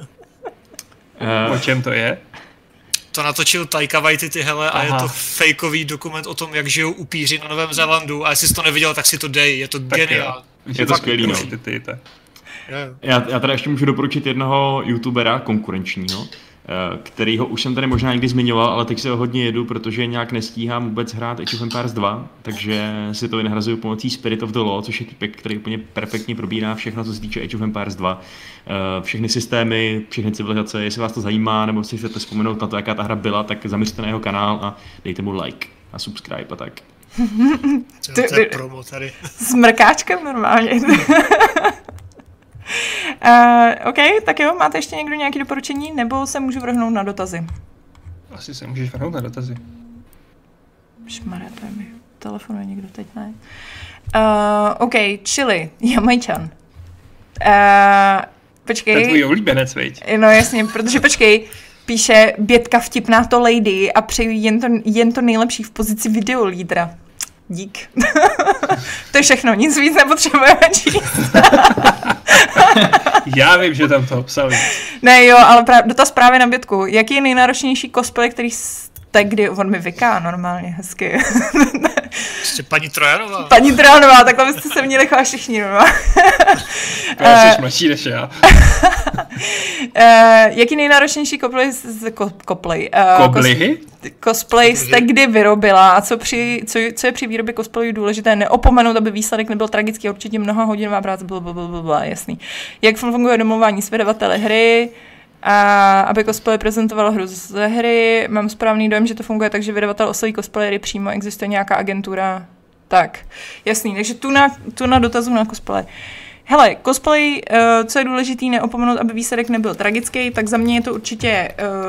[SPEAKER 1] O čem to je?
[SPEAKER 4] To natočil Taika Waititi, hele, a je to fejkový dokument o tom, jak žijou upíři na Novém Zélandu. A jestli jsi to neviděl, tak si to dej, je to geniální.
[SPEAKER 2] Je to skvělý, no. Já teda ještě můžu doporučit jednoho youtubera konkurenčního, kterýho už jsem tady možná někdy zmiňoval, ale teď se ho hodně jedu, protože nějak nestíhám vůbec hrát Age of Empires 2, takže si to vynahrazuju pomocí Spirit of the Law, což je typek, který úplně perfektně probírá všechno, co se týče Age of Empires 2. Všechny systémy, všechny civilizace, jestli vás to zajímá, nebo si chcete vzpomenout na to, jaká ta hra byla, tak zaměřte na jeho kanál a dejte mu like a subscribe a tak.
[SPEAKER 4] To je promo tady.
[SPEAKER 3] S mrkáčkem normálně. OK, tak jo, máte ještě někdo nějaké doporučení, nebo se můžu vrhnout na dotazy?
[SPEAKER 1] Asi se můžeš vrhnout na dotazy.
[SPEAKER 3] Šmarja, to je mi telefonuje někdo teď, ne? OK, Chili, Jamajčan. Počkej.
[SPEAKER 1] To je tvůj oblíbenec, veď?
[SPEAKER 3] No jasně, protože počkej, píše Bětka vtipná to lady a přeju jen to nejlepší v pozici videolídra. Dík. To je všechno, nic víc nepotřebujeme číst.
[SPEAKER 1] Já vím, že tam to psal.
[SPEAKER 3] Ne jo, ale dotaz právě na Bětku. Jaký je nejnáročnější cosplay, který jste kdy, on mi vyká normálně hezky.
[SPEAKER 4] Prostě paní Trojanová.
[SPEAKER 3] Paní Trojanová, takhle byste se měli chovat všichni.
[SPEAKER 1] Já jsi mladší než já.
[SPEAKER 3] Jaký nejnáročnější cosplay jste kdy vyrobila a co je při výrobě cosplayů důležité neopomenout, aby výsledek nebyl tragický, určitě mnoha hodinová práce, jasný. Jak funguje domluvání s vydavateli hry, a aby cosplay prezentoval hru ze hry, mám správný dojem, že to funguje tak, že vydavatel osloví cosplayery přímo, existuje nějaká agentura, tak, jasný, takže tu na dotazu na cosplay. Hele, cosplay, co je důležitý neopomenout, aby výsledek nebyl tragický, tak za mě je to určitě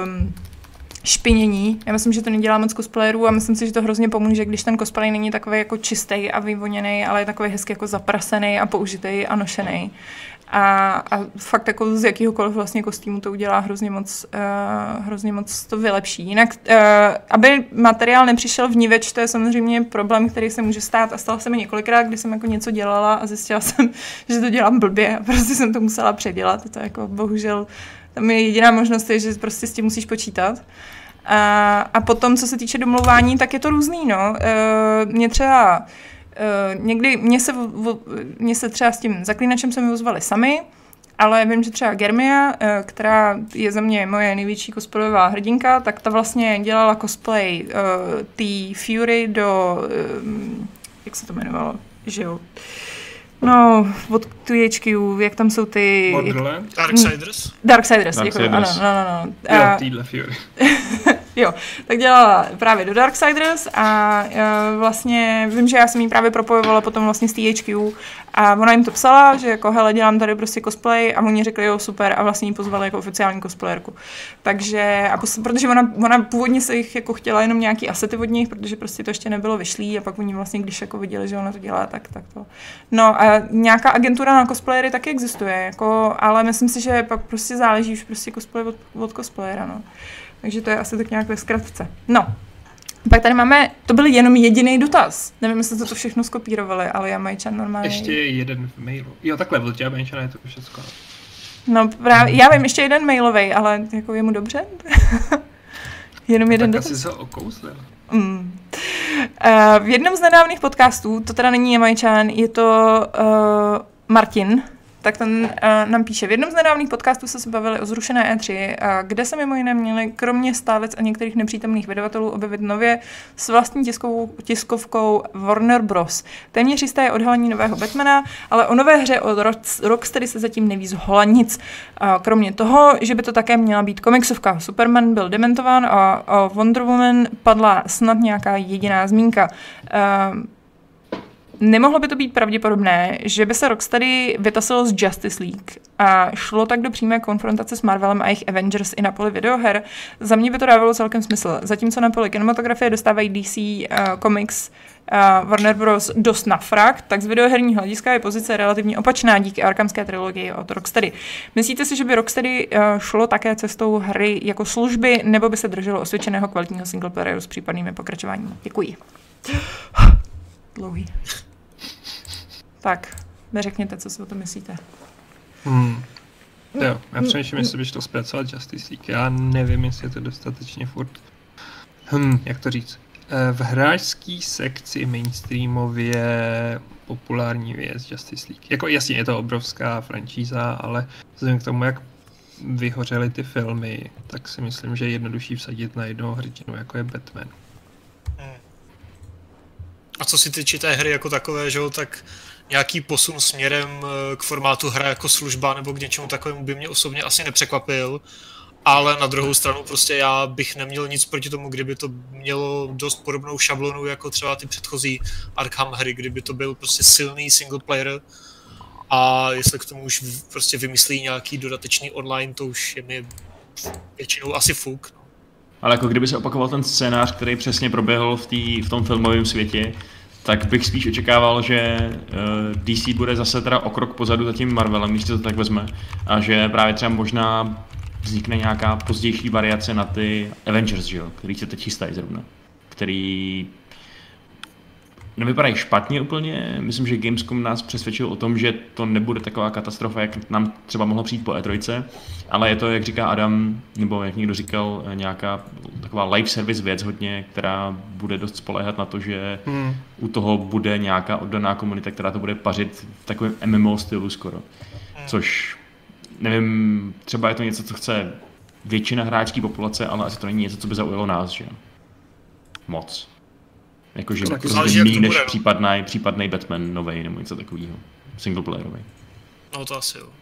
[SPEAKER 3] špinění. Já myslím, že to nedělá moc cosplayerů a myslím si, že to hrozně pomůže, když ten cosplay není takový jako čistý a vyvoněný, ale je takový hezky jako zaprasený a použitý a nošený. A fakt jako z jakýhokoliv vlastně kostýmu to udělá hrozně moc to vylepší. Jinak, aby materiál nepřišel vniveč, to je samozřejmě problém, který se může stát a stalo se mi několikrát, kdy jsem jako něco dělala a zjistila jsem, že to dělám blbě a prostě jsem to musela předělat. To jako bohužel tam je jediná možnost, že prostě s tím musíš počítat. A potom, co se týče domlouvání, tak je to různý, no. Mě třeba někdy, mě se třeba s tím zaklínačem se mi ozvali sami, ale vím, že třeba Germia, která je za mě moje největší cosplayová hrdinka, tak ta vlastně dělala cosplay té Fury do, jak se to jmenovalo, že jo? No, od THQ, jak tam jsou ty...
[SPEAKER 1] Borderlands?
[SPEAKER 3] Darksiders, děkuji, ano.
[SPEAKER 1] Jo, týhle Fury.
[SPEAKER 3] Jo, tak dělala právě do Darksiders a vlastně vím, že já jsem jí právě propojovala potom vlastně s THQ a ona jim to psala, že jako hele, dělám tady prostě cosplay a oni řekli jo, super a vlastně jí pozvali jako oficiální cosplayerku. Takže, protože ona původně se jich jako chtěla jenom nějaký asety od nich, protože prostě to ještě nebylo vyšlý a pak oni vlastně, když jako viděli, že ona to dělá, tak to. No a nějaká agentura na cosplayery taky existuje, jako, ale myslím si, že pak prostě záleží už prostě cosplay od cosplayera, no. Takže to je asi tak nějak ve zkratce. No, pak tady máme, to byl jenom jediný dotaz. Nevím, jestli to všechno skopírovali, ale Jamajčan normálně...
[SPEAKER 1] Ještě jeden v mailu. Jo, takhle, od Jamajčana je to všechno.
[SPEAKER 3] No právě, já vím, ještě jeden mailovej, ale jako je mu dobře? Jenom jeden
[SPEAKER 1] tak
[SPEAKER 3] dotaz.
[SPEAKER 1] asi se okouzlil.
[SPEAKER 3] V jednom z nedávných podcastů, to teda není Jamajčan, je to Martin, tak ten nám píše, v jednom z nedávných podcastů se bavili o zrušené E3, kde se mimo jiné měli kromě Stálec a některých nepřítomných vydavatelů objevit nově s vlastní tiskovkou Warner Bros. Téměř jisté je odhalení nového Batmana, ale o nové hře od Rocksteady se zatím neví zhola nic. Kromě toho, že by to také měla být komiksovka. Superman byl dementován a o Wonder Woman padla snad nějaká jediná zmínka. Nemohlo by to být pravděpodobné, že by se Rocksteady vytasilo z Justice League a šlo tak do přímé konfrontace s Marvelem a jejich Avengers i na poli videoher. Za mě by to dávalo celkem smysl. Zatímco na poli kinematografie dostávají DC Comics Warner Bros. Dost na frak, tak z videoherního hlediska je pozice relativně opačná díky arkhamské trilogii od Rocksteady. Myslíte si, že by Rocksteady šlo také cestou hry jako služby, nebo by se drželo osvědčeného kvalitního singleplayeru s případnými pokračováními? Děkuji. Dlouhý. Tak, neřekněte, co si o tom myslíte.
[SPEAKER 1] Jo, já přemýšlím, jestli bych to zpracovat Justice League. Já nevím, jestli je to dostatečně furt. Jak to říct? V hráčské sekci mainstreamově populární věc Justice League. Jako jasně je to obrovská franšíza, ale vzhledem k tomu, jak vyhořely ty filmy, tak si myslím, že je jednodušší vsadit na jednoho hrdinu, jako je Batman.
[SPEAKER 4] A co si týče té hry jako takové, že jo, tak nějaký posun směrem k formátu hra jako služba nebo k něčemu takovému by mě osobně asi nepřekvapil, ale na druhou stranu prostě já bych neměl nic proti tomu, kdyby to mělo dost podobnou šablonu jako třeba ty předchozí Arkham hry, kdyby to byl prostě silný single player a jestli k tomu už prostě vymyslí nějaký dodatečný online, to už je mi většinou asi fuk. No.
[SPEAKER 2] Ale jako kdyby se opakoval ten scénář, který přesně proběhl v tom filmovém světě, tak bych spíš očekával, že DC bude zase teda o krok pozadu za tím Marvelem, když to tak vezme, a že právě třeba možná vznikne nějaká pozdější variace na ty Avengers, že jo, který se teď chystají zrovna, který nevypadají špatně úplně. Myslím, že Gamescom nás přesvědčil o tom, že to nebude taková katastrofa, jak nám třeba mohlo přijít po E3, ale je to, jak říká Adam, nebo jak někdo říkal, nějaká taková live service věc hodně, která bude dost spoléhat na to, že u toho bude nějaká oddaná komunita, která to bude pařit v takovém MMO stylu skoro. Což nevím, třeba je to něco, co chce většina hráčské populace, ale asi to není něco, co by zaujalo nás, že jo? Moc. Jakože méně než případný Batman novej nebo něco takového. Singleplayerový.
[SPEAKER 4] No to asi jo.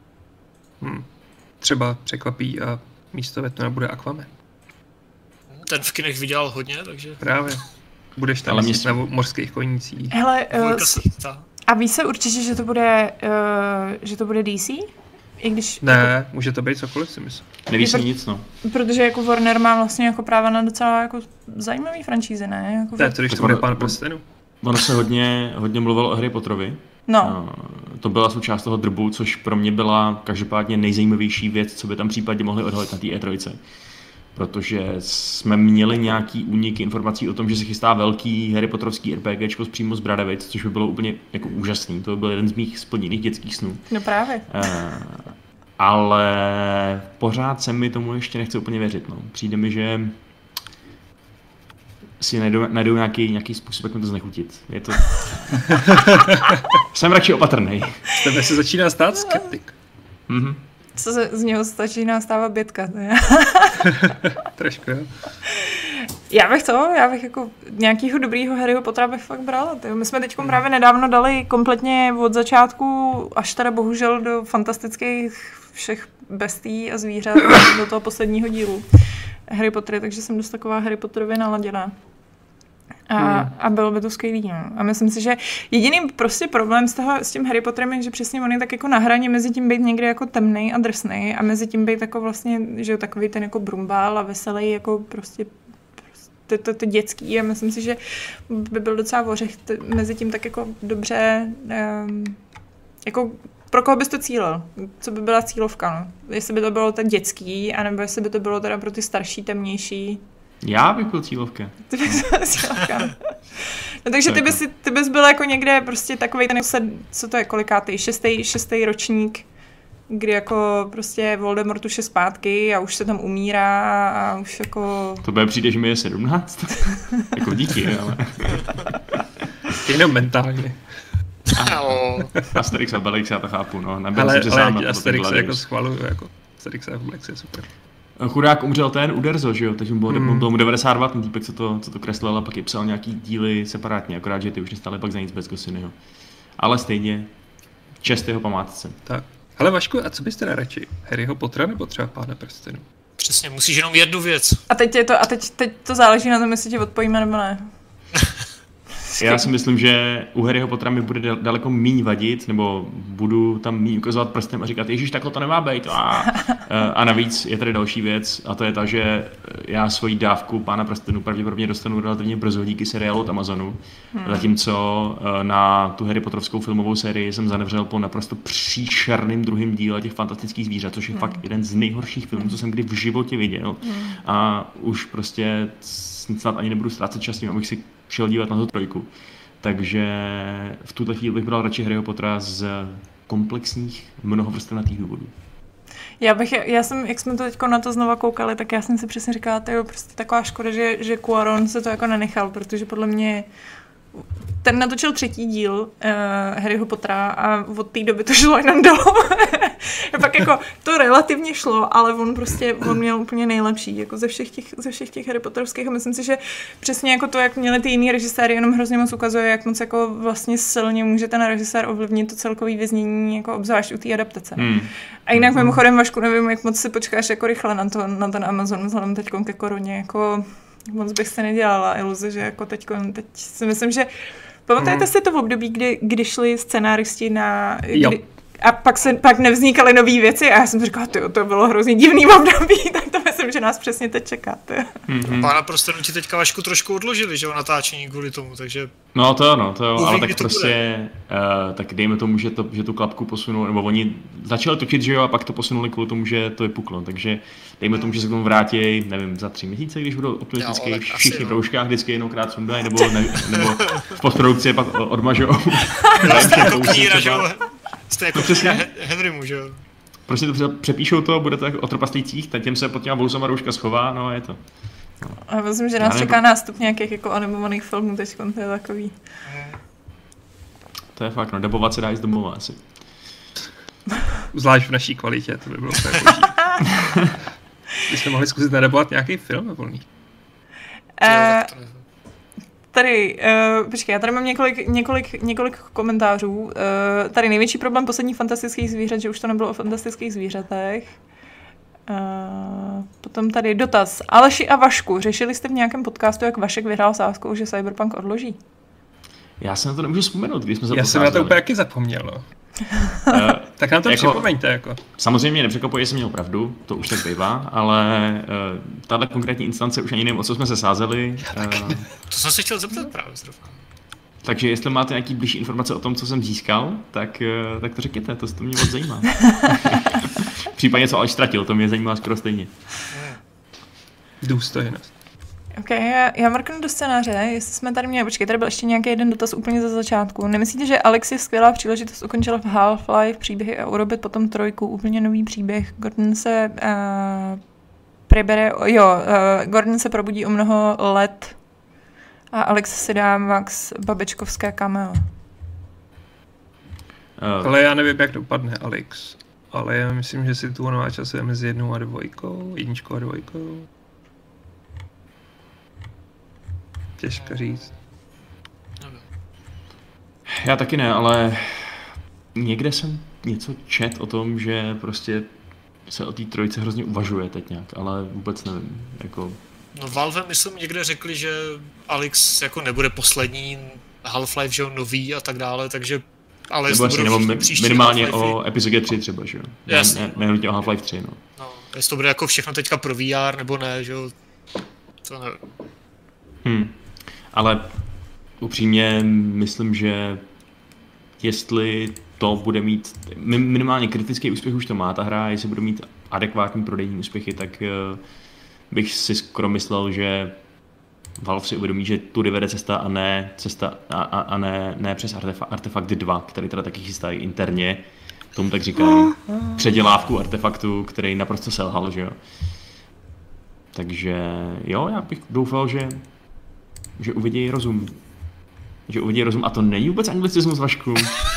[SPEAKER 1] Třeba překvapí a místo Batmana bude Aquaman.
[SPEAKER 4] Ten v kinech vydělal hodně, takže...
[SPEAKER 1] Právě. Budeš tam na mořských konících.
[SPEAKER 3] Hele, a ví se určitě, že to bude DC? I když
[SPEAKER 1] ne, jako... může to být cokoliv, si myslím.
[SPEAKER 2] Neví se nic, no.
[SPEAKER 3] Protože jako Warner má vlastně jako práva na docela jako zajímavý franšízy, ne? Jako
[SPEAKER 1] to je to, když to bude Pán prstenů.
[SPEAKER 2] Ono se hodně mluvilo o Harry Potterovi.
[SPEAKER 3] No.
[SPEAKER 2] To byla součást toho drbu, což pro mě byla každopádně nejzajímavější věc, co by tam případně mohli odhalit na té E3. Protože jsme měli nějaký úniky informací o tom, že se chystá velký Harry Potterovský RPGčko přímo z Bradavic, což by bylo úplně jako úžasný. To by byl jeden z mých splněných dětských snů.
[SPEAKER 3] No právě.
[SPEAKER 2] Ale pořád se mi tomu ještě nechce úplně věřit. No. Přijde mi, že si najdou nějaký způsob, jak mi to znechutit. Je to... Jsem radši opatrnej.
[SPEAKER 1] Z tebe se začíná stát skeptik.
[SPEAKER 2] Mhm.
[SPEAKER 3] Co se z něho začíná stávat bětka.
[SPEAKER 1] Trošku, jo.
[SPEAKER 3] Já bych jako nějakýho dobrýho Harryho Pottera bych fakt brala. My jsme teď právě nedávno dali kompletně od začátku, až teda bohužel do fantastických všech bestí a zvířat do toho posledního dílu Harry Pottery, takže jsem dost taková Harry Potterově naladěná. A bylo by to skvělý. No. A myslím si, že jediný prostě problém s tím Harry Potterem je, že přesně on je tak jako na hraně mezi tím být někde jako temnej a drsnej a mezi tím být jako vlastně, že takový ten jako brumbál a veselý jako prostě to dětský a myslím si, že by byl docela ořech mezi tím tak jako dobře jako pro koho bys to cílil? Co by byla cílovka? No? Jestli by to bylo tak dětský, anebo jestli by to bylo teda pro ty starší, temnější.
[SPEAKER 2] Já bych byl cílovka.
[SPEAKER 3] Ty bys byl cílovka. No takže ty bys byl jako někde prostě takovej ten, co to je, kolikátej, šestý ročník, kdy jako prostě Voldemort už je zpátky a už se tam umírá a už jako...
[SPEAKER 2] To bude přijde, že mi je 17? Jako díky, ale...
[SPEAKER 1] Jenom mentálně.
[SPEAKER 2] Asterix a Obelix, já to chápu, no.
[SPEAKER 1] Ale Asterix jako schvaluju, jako Asterix a Obelix je super.
[SPEAKER 2] Chudák umřel ten Uderzo, že jo, takže mu bylo 92, ten týpek, co to kreslil a pak je psal nějaký díly separátně, akorát, že ty už nestály pak za nic bez Goscinnyho. Ale stejně, čest jeho památce.
[SPEAKER 1] Tak. Hele Vašku, a co byste nejradši? Harryho Pottera nebo třeba Pána prstenů?
[SPEAKER 4] Přesně, musíš jenom jednu věc.
[SPEAKER 3] A teď to záleží na tom, jestli tě odpovíme nebo ne.
[SPEAKER 2] Já si myslím, že u Harryho Pottera mi bude daleko míň vadit, nebo budu tam míň ukazovat prstem a říkat, ježiš, takhle to nemá být. A navíc je tady další věc, a to je ta, že já svoji dávku Pána prstenů pravděpodobně dostanu relativně brzo díky seriálu od Amazonu, zatímco na tu Harry Potterovskou filmovou sérii jsem zanevřel po naprosto příšerným druhém díle těch fantastických zvířat, což je fakt jeden z nejhorších filmů, co jsem kdy v životě viděl. A už prostě snad ani nebudu ztrácet čas tím, abych si šel dívat na tu trojku. Takže v tuto chvíli bych bral radši Harryho Pottera z komplexních, mnohovrstevnatých důvodů.
[SPEAKER 3] Já jsem, jak jsme to teď na to znova koukali, tak já jsem si přesně říkala, to je prostě taková škoda, že Cuarón se to jako nenechal, protože podle mě ten natočil 3. díl Harryho Pottera a od té doby to šlo jenom dolů. Pak jako to relativně šlo, ale on měl úplně nejlepší, jako ze všech těch Harry Potterovských a myslím si, že přesně jako to, jak měli ty jiný režiséry, jenom hrozně moc ukazuje, jak moc jako vlastně silně může ten režisér ovlivnit to celkový vyznění, jako obzvlášť u té adaptace. A jinak mimochodem, Vašku, nevím, jak moc si počkáš jako rychle na ten Amazon, vzhledem teď ke koroně, jako moc bych se nedělala iluze, že jako teď si myslím, že pamatujete si to v období, kdy šli scenáristi a pak nevznikaly nové věci a já jsem si říkala, to bylo hrozně divný období, tak to myslím, že nás přesně teď čeká.
[SPEAKER 4] Pána prstenů ti teďka, Vašku, trošku odložili, že o natáčení kvůli tomu, takže...
[SPEAKER 2] No to jo, ale tak prostě, tak dejme tomu, že tu klapku posunul, nebo oni začali točit, že jo, a pak to posunuli kvůli tomu, že to vypuklo, takže dejme tomu, že se k tomu vrátí, nevím, za 3 měsíce, když budou optimistický, všichni v rouškách vždycky jednoukrát sundají, nebo v postprodukci pak odmažou.
[SPEAKER 4] Jste jako Henrymu, že jo?
[SPEAKER 2] Prostě to přepíšou to, bude to jako o trpaslících, tak těm se pod těma vousama rouška schová, no a je to.
[SPEAKER 3] No. A myslím, že nás čeká nástup nějakých jako animovaných filmů teď, to je takový.
[SPEAKER 2] To je fakt, no, dabovat se dá i z domova asi.
[SPEAKER 1] Zvlášť v naší kvalitě, to by bylo úplně boží. Byste mohli zkusit nadabovat nějaký film volný.
[SPEAKER 3] Tady, počkej, já tady mám několik komentářů. Tady největší problém posledních fantastických zvířat, že už to nebylo o fantastických zvířatech. Potom tady dotaz. Aleši a Vašku, řešili jste v nějakém podcastu, jak Vašek vyhrál sázkou, že Cyberpunk odloží?
[SPEAKER 2] Já se na to nemůžu vzpomenout, když jsme se
[SPEAKER 1] Já jsem na to úplně taky zapomněl, no. Tak nám to připomeňte, jako.
[SPEAKER 2] Samozřejmě nepřekvapuje, že jsem měl pravdu, to už tak bývá, ale tahle konkrétní instance už ani nevím, o co jsme se sázeli.
[SPEAKER 4] To jsem se chtěl zeptat právě zrovna.
[SPEAKER 2] Takže jestli máte nějaký blížší informace o tom, co jsem získal, tak to řekněte, to mě moc zajímá. Případně co Aleš ztratil, to mě zajímá skoro stejně.
[SPEAKER 1] Důstojnost.
[SPEAKER 3] Ok, já mrknu do scénáře, jestli jsme tady měli, počkej, tady byl ještě nějaký jeden dotaz úplně ze začátku. Nemyslíte, že Alex je skvělá příležitost ukončila v Half-Life příběhy a urobit potom 3, úplně nový příběh? Gordon se Gordon se probudí o mnoho let a Alex si dá max babičkovské cameo.
[SPEAKER 1] Ale já nevím, jak dopadne Alex, ale já myslím, že si tu nová časuje mezi 1 a 2, 1 a 2. Těžko říct.
[SPEAKER 2] Já taky ne, ale někde jsem něco čet o tom, že prostě se o té 3 hrozně uvažuje teď nějak, ale vůbec nevím, jako...
[SPEAKER 4] No Valve, myslím, někde řekli, že Alex jako nebude poslední Half-Life, že jo, nový a tak dále, takže... Ale
[SPEAKER 2] nebo minimálně o epizodě 3 třeba, že jo? Nehnutně o Half-Life 3, no.
[SPEAKER 4] No, jestli to bude jako všechno teďka pro VR, nebo ne, že jo, to nevím.
[SPEAKER 2] Ale upřímně myslím, že jestli to bude mít minimálně kritický úspěch, už to má ta hra, jestli bude mít adekvátní prodejní úspěchy, tak bych si skoro myslel, že Valve si uvědomí, že tudy vede cesta a ne přes Artefakt 2, který teda taky chystají interně, tomu tak říkají, předělávku Artefaktu, který naprosto selhal, že jo. Takže jo, já bych doufal, že uvidí rozum. Že uvidí rozum a to není vůbec anglicismus, Vašku.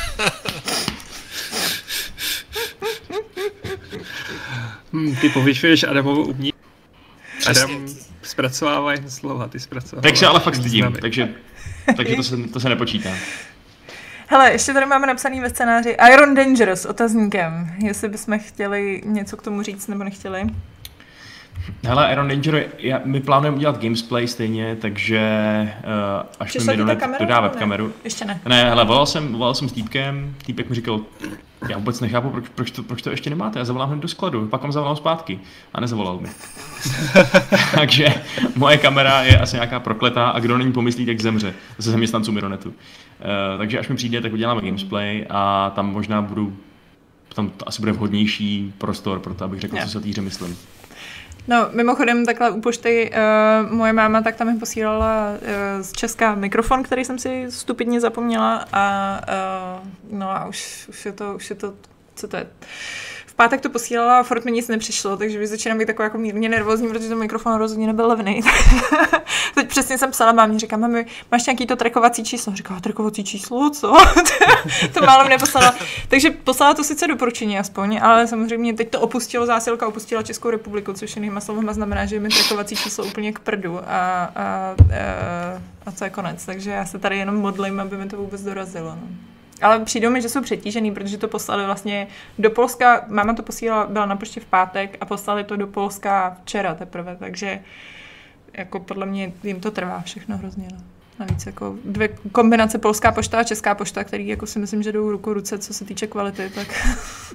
[SPEAKER 1] Ty povyšuješ Adamovu umění. Adam zpracovává jen slova, ty zpracovává.
[SPEAKER 2] Takže ale fakt stydím, takže to se nepočítá.
[SPEAKER 3] Hele, ještě tady máme napsaný ve scénáři Iron Danger s otazníkem. Jestli bychom chtěli něco k tomu říct, nebo nechtěli.
[SPEAKER 2] Hele, Iron Danger, my plánujeme udělat gamesplay stejně, takže až mi dodá webkameru.
[SPEAKER 3] Ještě ne.
[SPEAKER 2] Ne, hele, volal jsem s týpek mi říkal, já vůbec nechápu, proč to ještě nemáte, já zavolám hned do skladu, pak vám zavolám zpátky a nezavolal mi. Takže moje kamera je asi nějaká prokletá a kdo na ní pomyslí, tak zemře ze zaměstnanců Mironetu. Takže až mi přijde, tak uděláme gamesplay a tam možná tam to asi bude vhodnější prostor pro to, abych řekl, co si o té hře myslím.
[SPEAKER 3] No, mimochodem takhle u pošty moje máma tak tam mi posílala z Česka mikrofon, který jsem si stupidně zapomněla a no a už je to, co to je? V pátek to posílala a furt mi nic nepřišlo, takže už začínám být taková jako mírně nervózní, protože ten mikrofon rozhodně nebyl levný. Teď přesně jsem psala mámě, říkám, mami, máš nějaký to trackovací číslo? Říkala, trackovací číslo? Co? To málem neposlala. Takže poslala to sice doporučení aspoň, ale samozřejmě teď to zásilka opustila Českou republiku, což jinýma slovama znamená, že je mi trackovací číslo úplně k prdu a co je konec. Takže já se tady jenom modlím, aby mi to vůbec dorazilo. No. Ale přijdou mi, že jsou přetížený, protože to poslali vlastně do Polska, máma to posílala, byla na poště v pátek a poslali to do Polska včera teprve, takže jako podle mě jim to trvá všechno hrozně. No. Navíc jako dvě kombinace polská pošta a česká pošta, který jako si myslím, že jdou ruku ruce, co se týče kvality, tak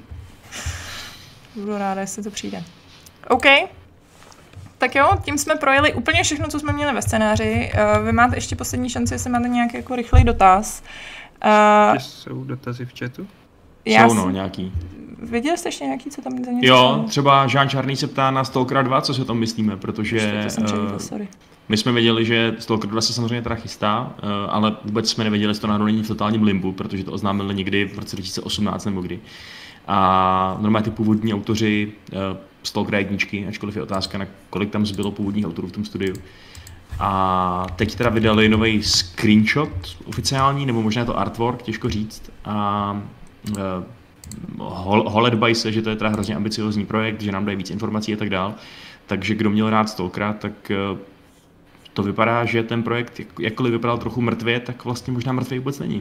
[SPEAKER 3] budu ráda, jestli to přijde. OK. Tak jo, tím jsme projeli úplně všechno, co jsme měli ve scénáři. Vy máte ještě poslední šanci, jestli máte nějaký jako rychlej dotaz.
[SPEAKER 1] Jsou dotazy v chatu?
[SPEAKER 2] Jsou nějaký.
[SPEAKER 3] Viděli jste ještě nějaký, co tam za něco?
[SPEAKER 2] Jo, třeba Jean Čarný se ptá na Stalkera 2, co si o tom myslíme, protože my jsme věděli, že Stalker 2 se samozřejmě teda chystá, ale vůbec jsme nevěděli, že to náhodou není v totálním limbu, protože to oznámili někdy v roce 2018 nebo kdy. A normálně ty původní autoři Stalkera 1, ačkoliv je otázka, na kolik tam zbylo původních autorů v tom studiu. A teď teda vydali nový screenshot oficiální, nebo možná to artwork, těžko říct. A holedbají se, že to je teda hrozně ambiciozní projekt, že nám dají víc informací a tak dál. Takže kdo měl rád Stalkera, tak to vypadá, že ten projekt, jakkoliv vypadal trochu mrtvě, tak vlastně možná mrtvý vůbec není.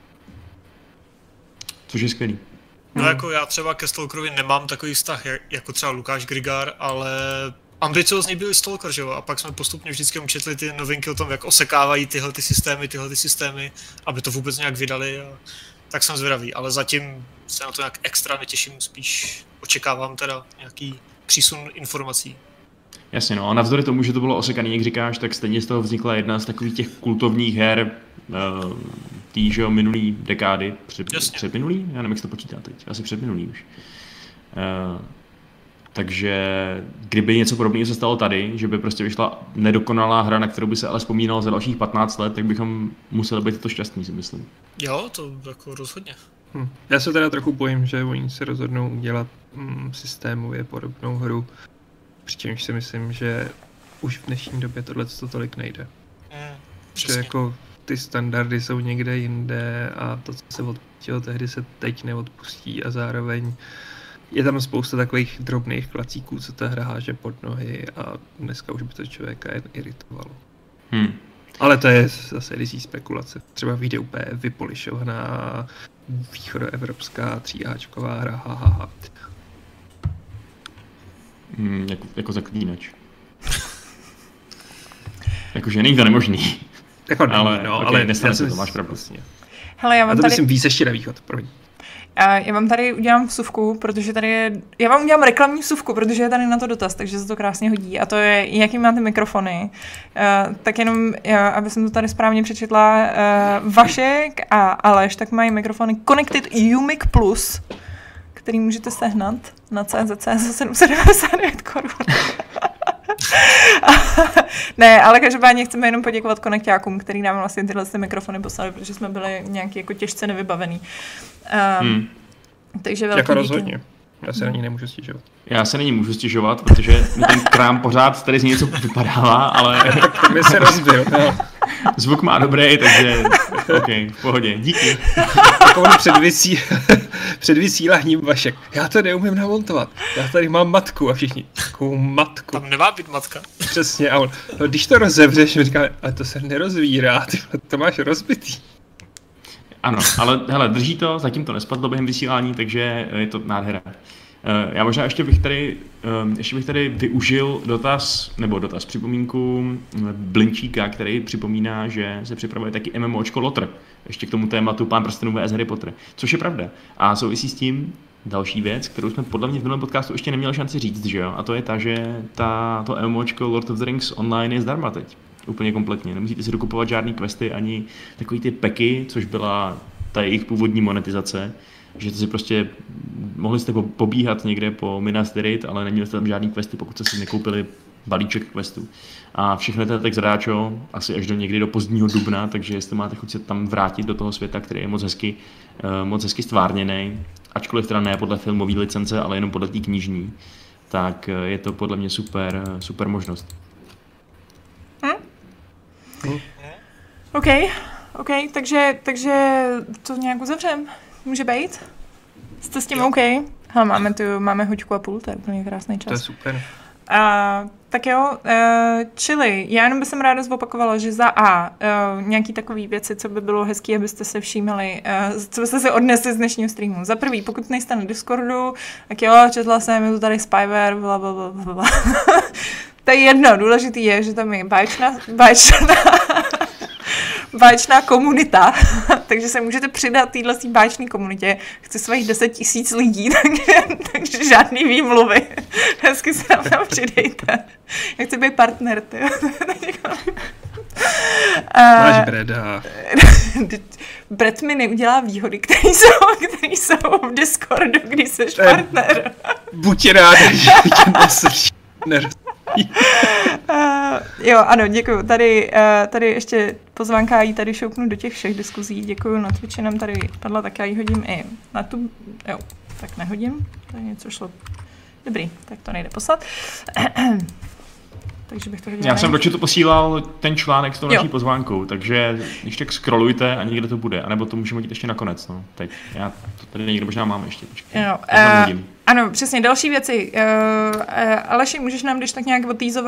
[SPEAKER 2] Což je skvělý.
[SPEAKER 4] No jako já třeba ke Stalkerovi nemám takový vztah jako třeba Lukáš Grigar, ale ambiciozní byl Stalker, že jo? A pak jsme postupně vždycky četli ty novinky o tom, jak osekávají tyhle systémy, aby to vůbec nějak vydali. A tak jsem zvědavý, ale zatím se na to nějak extra netěším, spíš očekávám teda nějaký přísun informací.
[SPEAKER 2] Jasně, no a navzdory tomu, že to bylo osekaný, jak říkáš, tak stejně z toho vznikla jedna z takových těch kultovních her týže minulý dekády, předminulý? Já nevím, jak se to počítá teď, asi předminulý už. Takže kdyby něco podobného se stalo tady, že by prostě vyšla nedokonalá hra, na kterou by se ale vzpomínalo za dalších 15 let, tak bychom museli být to šťastní, si myslím.
[SPEAKER 4] Jo, to jako rozhodně.
[SPEAKER 1] Já se teda trochu bojím, že oni se rozhodnou udělat systémově podobnou hru, přičemž si myslím, že už v dnešní době tohle tolik nejde. Že jako ty standardy jsou někde jinde a to, co se odpustilo tehdy, se teď neodpustí a zároveň je tam spousta takových drobných klacíků, co ta hra háže pod nohy a dneska už by to člověka jen iritovalo. Ale to je zase rizí spekulace. Třeba vyjde úplně vypolišovaná východoevropská 3Ačková hra, hahaha.
[SPEAKER 2] Jako zaklínač. Jakože není to nemožný.
[SPEAKER 1] Jako ne, ale
[SPEAKER 2] nestane se to, máš pravdu.
[SPEAKER 3] Hele, já
[SPEAKER 1] a to myslím víc ještě na východ, promiň.
[SPEAKER 3] Já vám tady udělám vsuvku, protože tady je... Já vám udělám reklamní vsuvku, protože je tady na to dotaz, takže se to krásně hodí. A to je, jaký máte mikrofony. Tak jenom, aby jsem to tady správně přečetla, Vašek a Aleš tak mají mikrofony Connected UMIC Plus, který můžete sehnat na CZC za 799 korun. Ne, ale každopádně chceme jenom poděkovat konekťákům, který nám vlastně tyhle mikrofony poslali, protože jsme byli nějaký jako těžce nevybavený. Takže velký
[SPEAKER 1] jako rozhodně. Já se na ní nemůžu stěžovat.
[SPEAKER 2] Já se na ní můžu stěžovat, protože mi ten krám pořád tady z něco vypadává, ale...
[SPEAKER 1] Tak mi se rozbil, no.
[SPEAKER 2] Zvuk má dobrý, takže OK, v pohodě, díky.
[SPEAKER 1] Takovou před vysíláním Vašek. Já to neumím namontovat. Já tady mám matku a všichni. Takovou matku.
[SPEAKER 4] Tam nemá být matka.
[SPEAKER 1] Přesně, a on, no, když to rozevřeš, mi říká, ale to se nerozvírá, to máš rozbitý.
[SPEAKER 2] Ano, ale hele, drží to, zatím to nespadlo během vysílání, takže je to nádhera. Já možná ještě bych tady využil připomínku Blinčíka, který připomíná, že se připravuje taky MMOčko Lotr. Ještě k tomu tématu Pán prstenů vs Harry Potter. Což je pravda. A souvisí s tím další věc, kterou jsme podle mě v minulém podcastu ještě neměli šanci říct, že jo? A to je ta, že to MMOčko Lord of the Rings online je zdarma teď. Úplně kompletně. Nemusíte si dokupovat žádný questy, ani takový ty peky, což byla ta jejich původní monetizace. Že si prostě mohli jste pobíhat někde po Minas Tirith, ale neměli jste tam žádný questy, pokud jste si nekoupili balíček questů. A všechno to je tak zadáčo, asi až někdy do pozdního dubna, takže jestli máte chuť se tam vrátit do toho světa, který je moc hezky stvárněný, ačkoliv teda ne podle filmové licence, ale jenom podle té knižní, tak je to podle mě super možnost.
[SPEAKER 3] OK, takže to nějak uzavřem. Může být? Jste s tím OK? Hele, máme hoďku a půl, to je úplně krásný čas.
[SPEAKER 1] To je super.
[SPEAKER 3] Tak jo, čili já jenom bych ráda zopakovala, že za A nějaký takový věci, co by bylo hezký, abyste se všímali, co byste se odnesli z dnešního streamu. Za prvý, pokud nejste na Discordu, tak jo, četla jsem, je to tady spyware, blablabla. To je jedno, důležitý je, že tam je báječná komunita, takže se můžete přidat téhle báječné komunitě. Chci svých 10 000 lidí, takže žádný výmluvy. Hezky se tam přidejte. Já chci být partner, ty.
[SPEAKER 1] Máš Breda.
[SPEAKER 3] Brad mi neudělá výhody, které jsou v Discordu, když jsi partner.
[SPEAKER 1] Buď rád, že tě neslyší.
[SPEAKER 3] Jo, ano, děkuju. Tady ještě pozvánka, jí tady šoupnu do těch všech diskuzí. Děkuju, na Twitchi nám tady padla, tak já ji hodím i na tu... Jo, tak nehodím. Tady něco šlo... Dobrý, tak to nejde poslat. Takže bych to hodila.
[SPEAKER 2] Já jsem do chatu posílal ten článek s tou naší pozvánkou, takže když tak scrollujte a někde to bude, anebo to můžeme hodit ještě nakonec, no. Teď, já to tady někde možná mám ještě, počkej.
[SPEAKER 3] Ano, přesně, další věci. Aleši, můžeš nám když tak nějak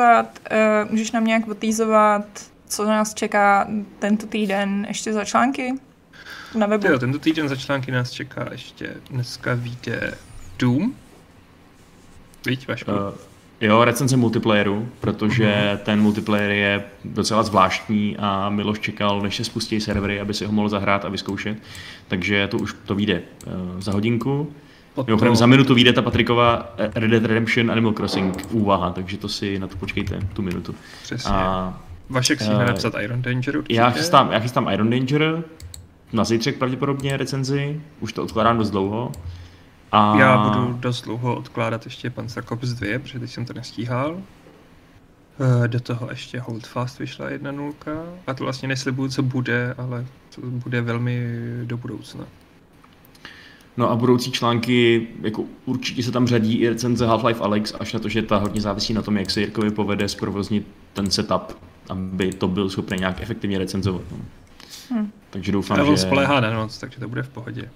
[SPEAKER 3] otýzovat, co nás čeká tento týden ještě za články na webu?
[SPEAKER 1] Jo, tento týden za články nás čeká ještě, dneska vyjde Doom. Víš, Vašku?
[SPEAKER 2] Jo, recenze multiplayeru, protože ten multiplayer je docela zvláštní a Miloš čekal, než se spustí servery, aby si ho mohl zahrát a vyzkoušet. Takže to už to vyjde za hodinku. Mimochodem za minutu vyjde ta Patrikova Red Dead Redemption Animal Crossing úvaha, takže to si na to počkejte, tu minutu.
[SPEAKER 1] Přesně. Vašek si jde napsat Iron Danger určitě.
[SPEAKER 2] Já chystám Iron Danger, na zítřek pravděpodobně recenzi, už to odkládám dost dlouho.
[SPEAKER 1] Já budu dost dlouho odkládat ještě Panzerkorps 2, protože teď jsem to nestíhal. Do toho ještě Holdfast vyšla 1.0 a to vlastně neslibuju, co bude, ale to bude velmi do budoucna.
[SPEAKER 2] No a budoucí články, jako určitě se tam řadí i recenze Half-Life Alyx, až na to, že ta hodně závisí na tom, jak se Jirkovi povede zprovoznit ten setup, aby to byl schopný nějak efektivně recenzovat. Takže doufám,
[SPEAKER 1] že... spoléhá na noc, takže to bude v pohodě.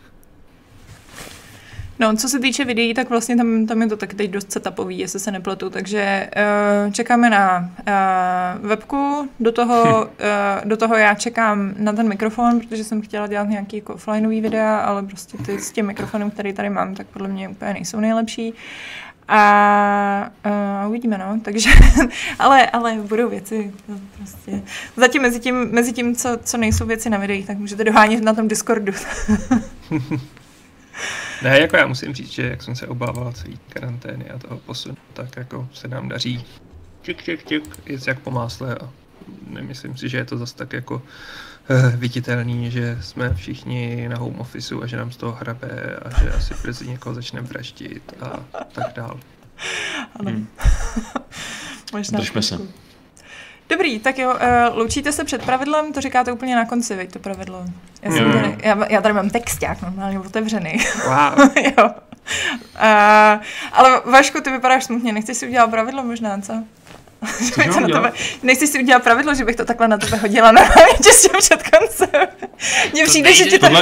[SPEAKER 3] No, co se týče videí, tak vlastně tam je to taky teď dost setupový, jestli se nepletu, takže čekáme na webku, do toho já čekám na ten mikrofon, protože jsem chtěla dělat nějaký jako offlineový videa, ale prostě ty s tím mikrofonem, který tady mám, tak podle mě úplně nejsou nejlepší. A uvidíme, no, takže, ale budou věci, prostě. Zatím mezi tím, co nejsou věci na videích, tak můžete dohánět na tom Discordu.
[SPEAKER 1] Ne, jako já musím říct, že jak jsem se obával celý karantény a toho posunu, tak jako se nám daří jet jak po másle a nemyslím si, že je to zase tak jako viditelný, že jsme všichni na home officeu a že nám z toho hrabe a že asi brzy někoho začneme vraždit a tak dál.
[SPEAKER 3] Ano.
[SPEAKER 2] Držme se.
[SPEAKER 3] Dobrý, tak jo, loučíte se před pravidlem, to říkáte úplně na konci, veď to pravidlo. Já tady mám texták normálně otevřený.
[SPEAKER 1] Wow.
[SPEAKER 3] Jo. Ale Vašku, ty vypadáš smutně, nechceš si udělat pravidlo možná, co? Nechceš si udělat pravidlo, že bych to takhle na tebe hodila normálně těsně před koncem. Mně přijde, že ti to...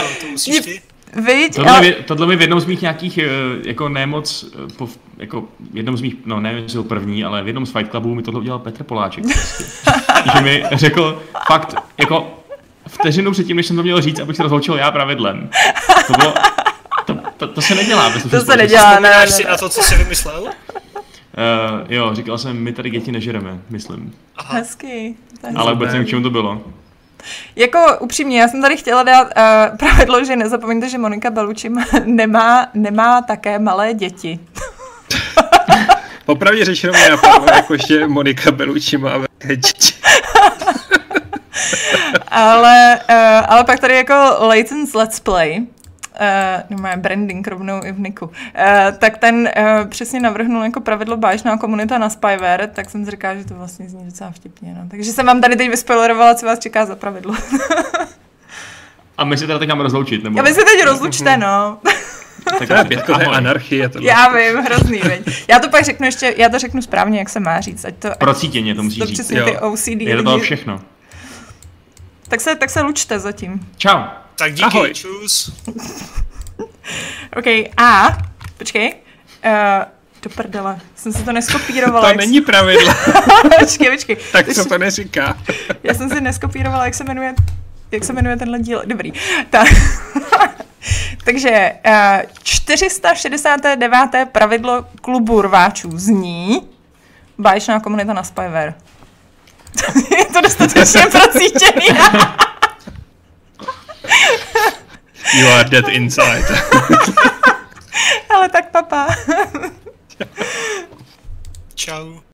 [SPEAKER 2] Tohle mi v jednom z mých nějakých, jako nemoc, jako v jednom z mých, no nevím, jestli první, ale v jednom z Fight Clubů mi tohle udělal Petr Poláček. Že mi řekl fakt, jako vteřinu předtím, než jsem to měl říct, abych se rozloučil já pravidlem. To bylo, to se nedělá.
[SPEAKER 3] To se nedělá,
[SPEAKER 4] Vzpomínáš si na to, co jsi vymyslel?
[SPEAKER 2] Jo, říkal jsem, my tady děti nežereme, myslím.
[SPEAKER 3] Aha. Hezky.
[SPEAKER 2] Ale vůbec nevím, k čemu to bylo.
[SPEAKER 3] Jako upřímně, já jsem tady chtěla dát pravidlo, že nezapomeňte, že Monika Bellucci nemá také malé děti.
[SPEAKER 1] Popravdě řečeno mě napadlo, jako že Monika Bellucci má velké děti.
[SPEAKER 3] ale pak tady jako Layton's Let's Play, má branding rovnou i v niku, tak ten přesně navrhnul jako pravidlo báječná komunita na spyware, tak jsem si říkala, že to vlastně zní docela vtipně. No. Takže jsem vám tady teď vyspoilerovala, co vás čeká za pravidlo.
[SPEAKER 2] A my si teda teď máme rozloučit, nebo?
[SPEAKER 3] A my si teď rozlučte, no.
[SPEAKER 1] To je Bětko, to je anarchie. Tohle.
[SPEAKER 3] Já vím, hrozný, veď. Já to pak řeknu ještě, já to řeknu správně, jak se má říct.
[SPEAKER 2] Procítěně to musí říct.
[SPEAKER 3] Přesně ty OCD
[SPEAKER 2] je to toho všechno.
[SPEAKER 3] Tak se lučte zatím.
[SPEAKER 2] Čau.
[SPEAKER 4] Tak díky,
[SPEAKER 1] Ahoj.
[SPEAKER 4] čus.
[SPEAKER 3] OK, a počkej. Do prdele, jsem si to neskopírovala.
[SPEAKER 1] To není pravidlo.
[SPEAKER 3] počkej.
[SPEAKER 1] Tak se to neříká.
[SPEAKER 3] Já jsem si neskopírovala, jak se jmenuje tenhle díl. Dobrý. Takže 469. pravidlo klubu rváčů zní báječná komunita na Spyware. Je to dostatečně procítěný.
[SPEAKER 1] You are dead inside.
[SPEAKER 3] Ale tak papa.
[SPEAKER 4] Čau.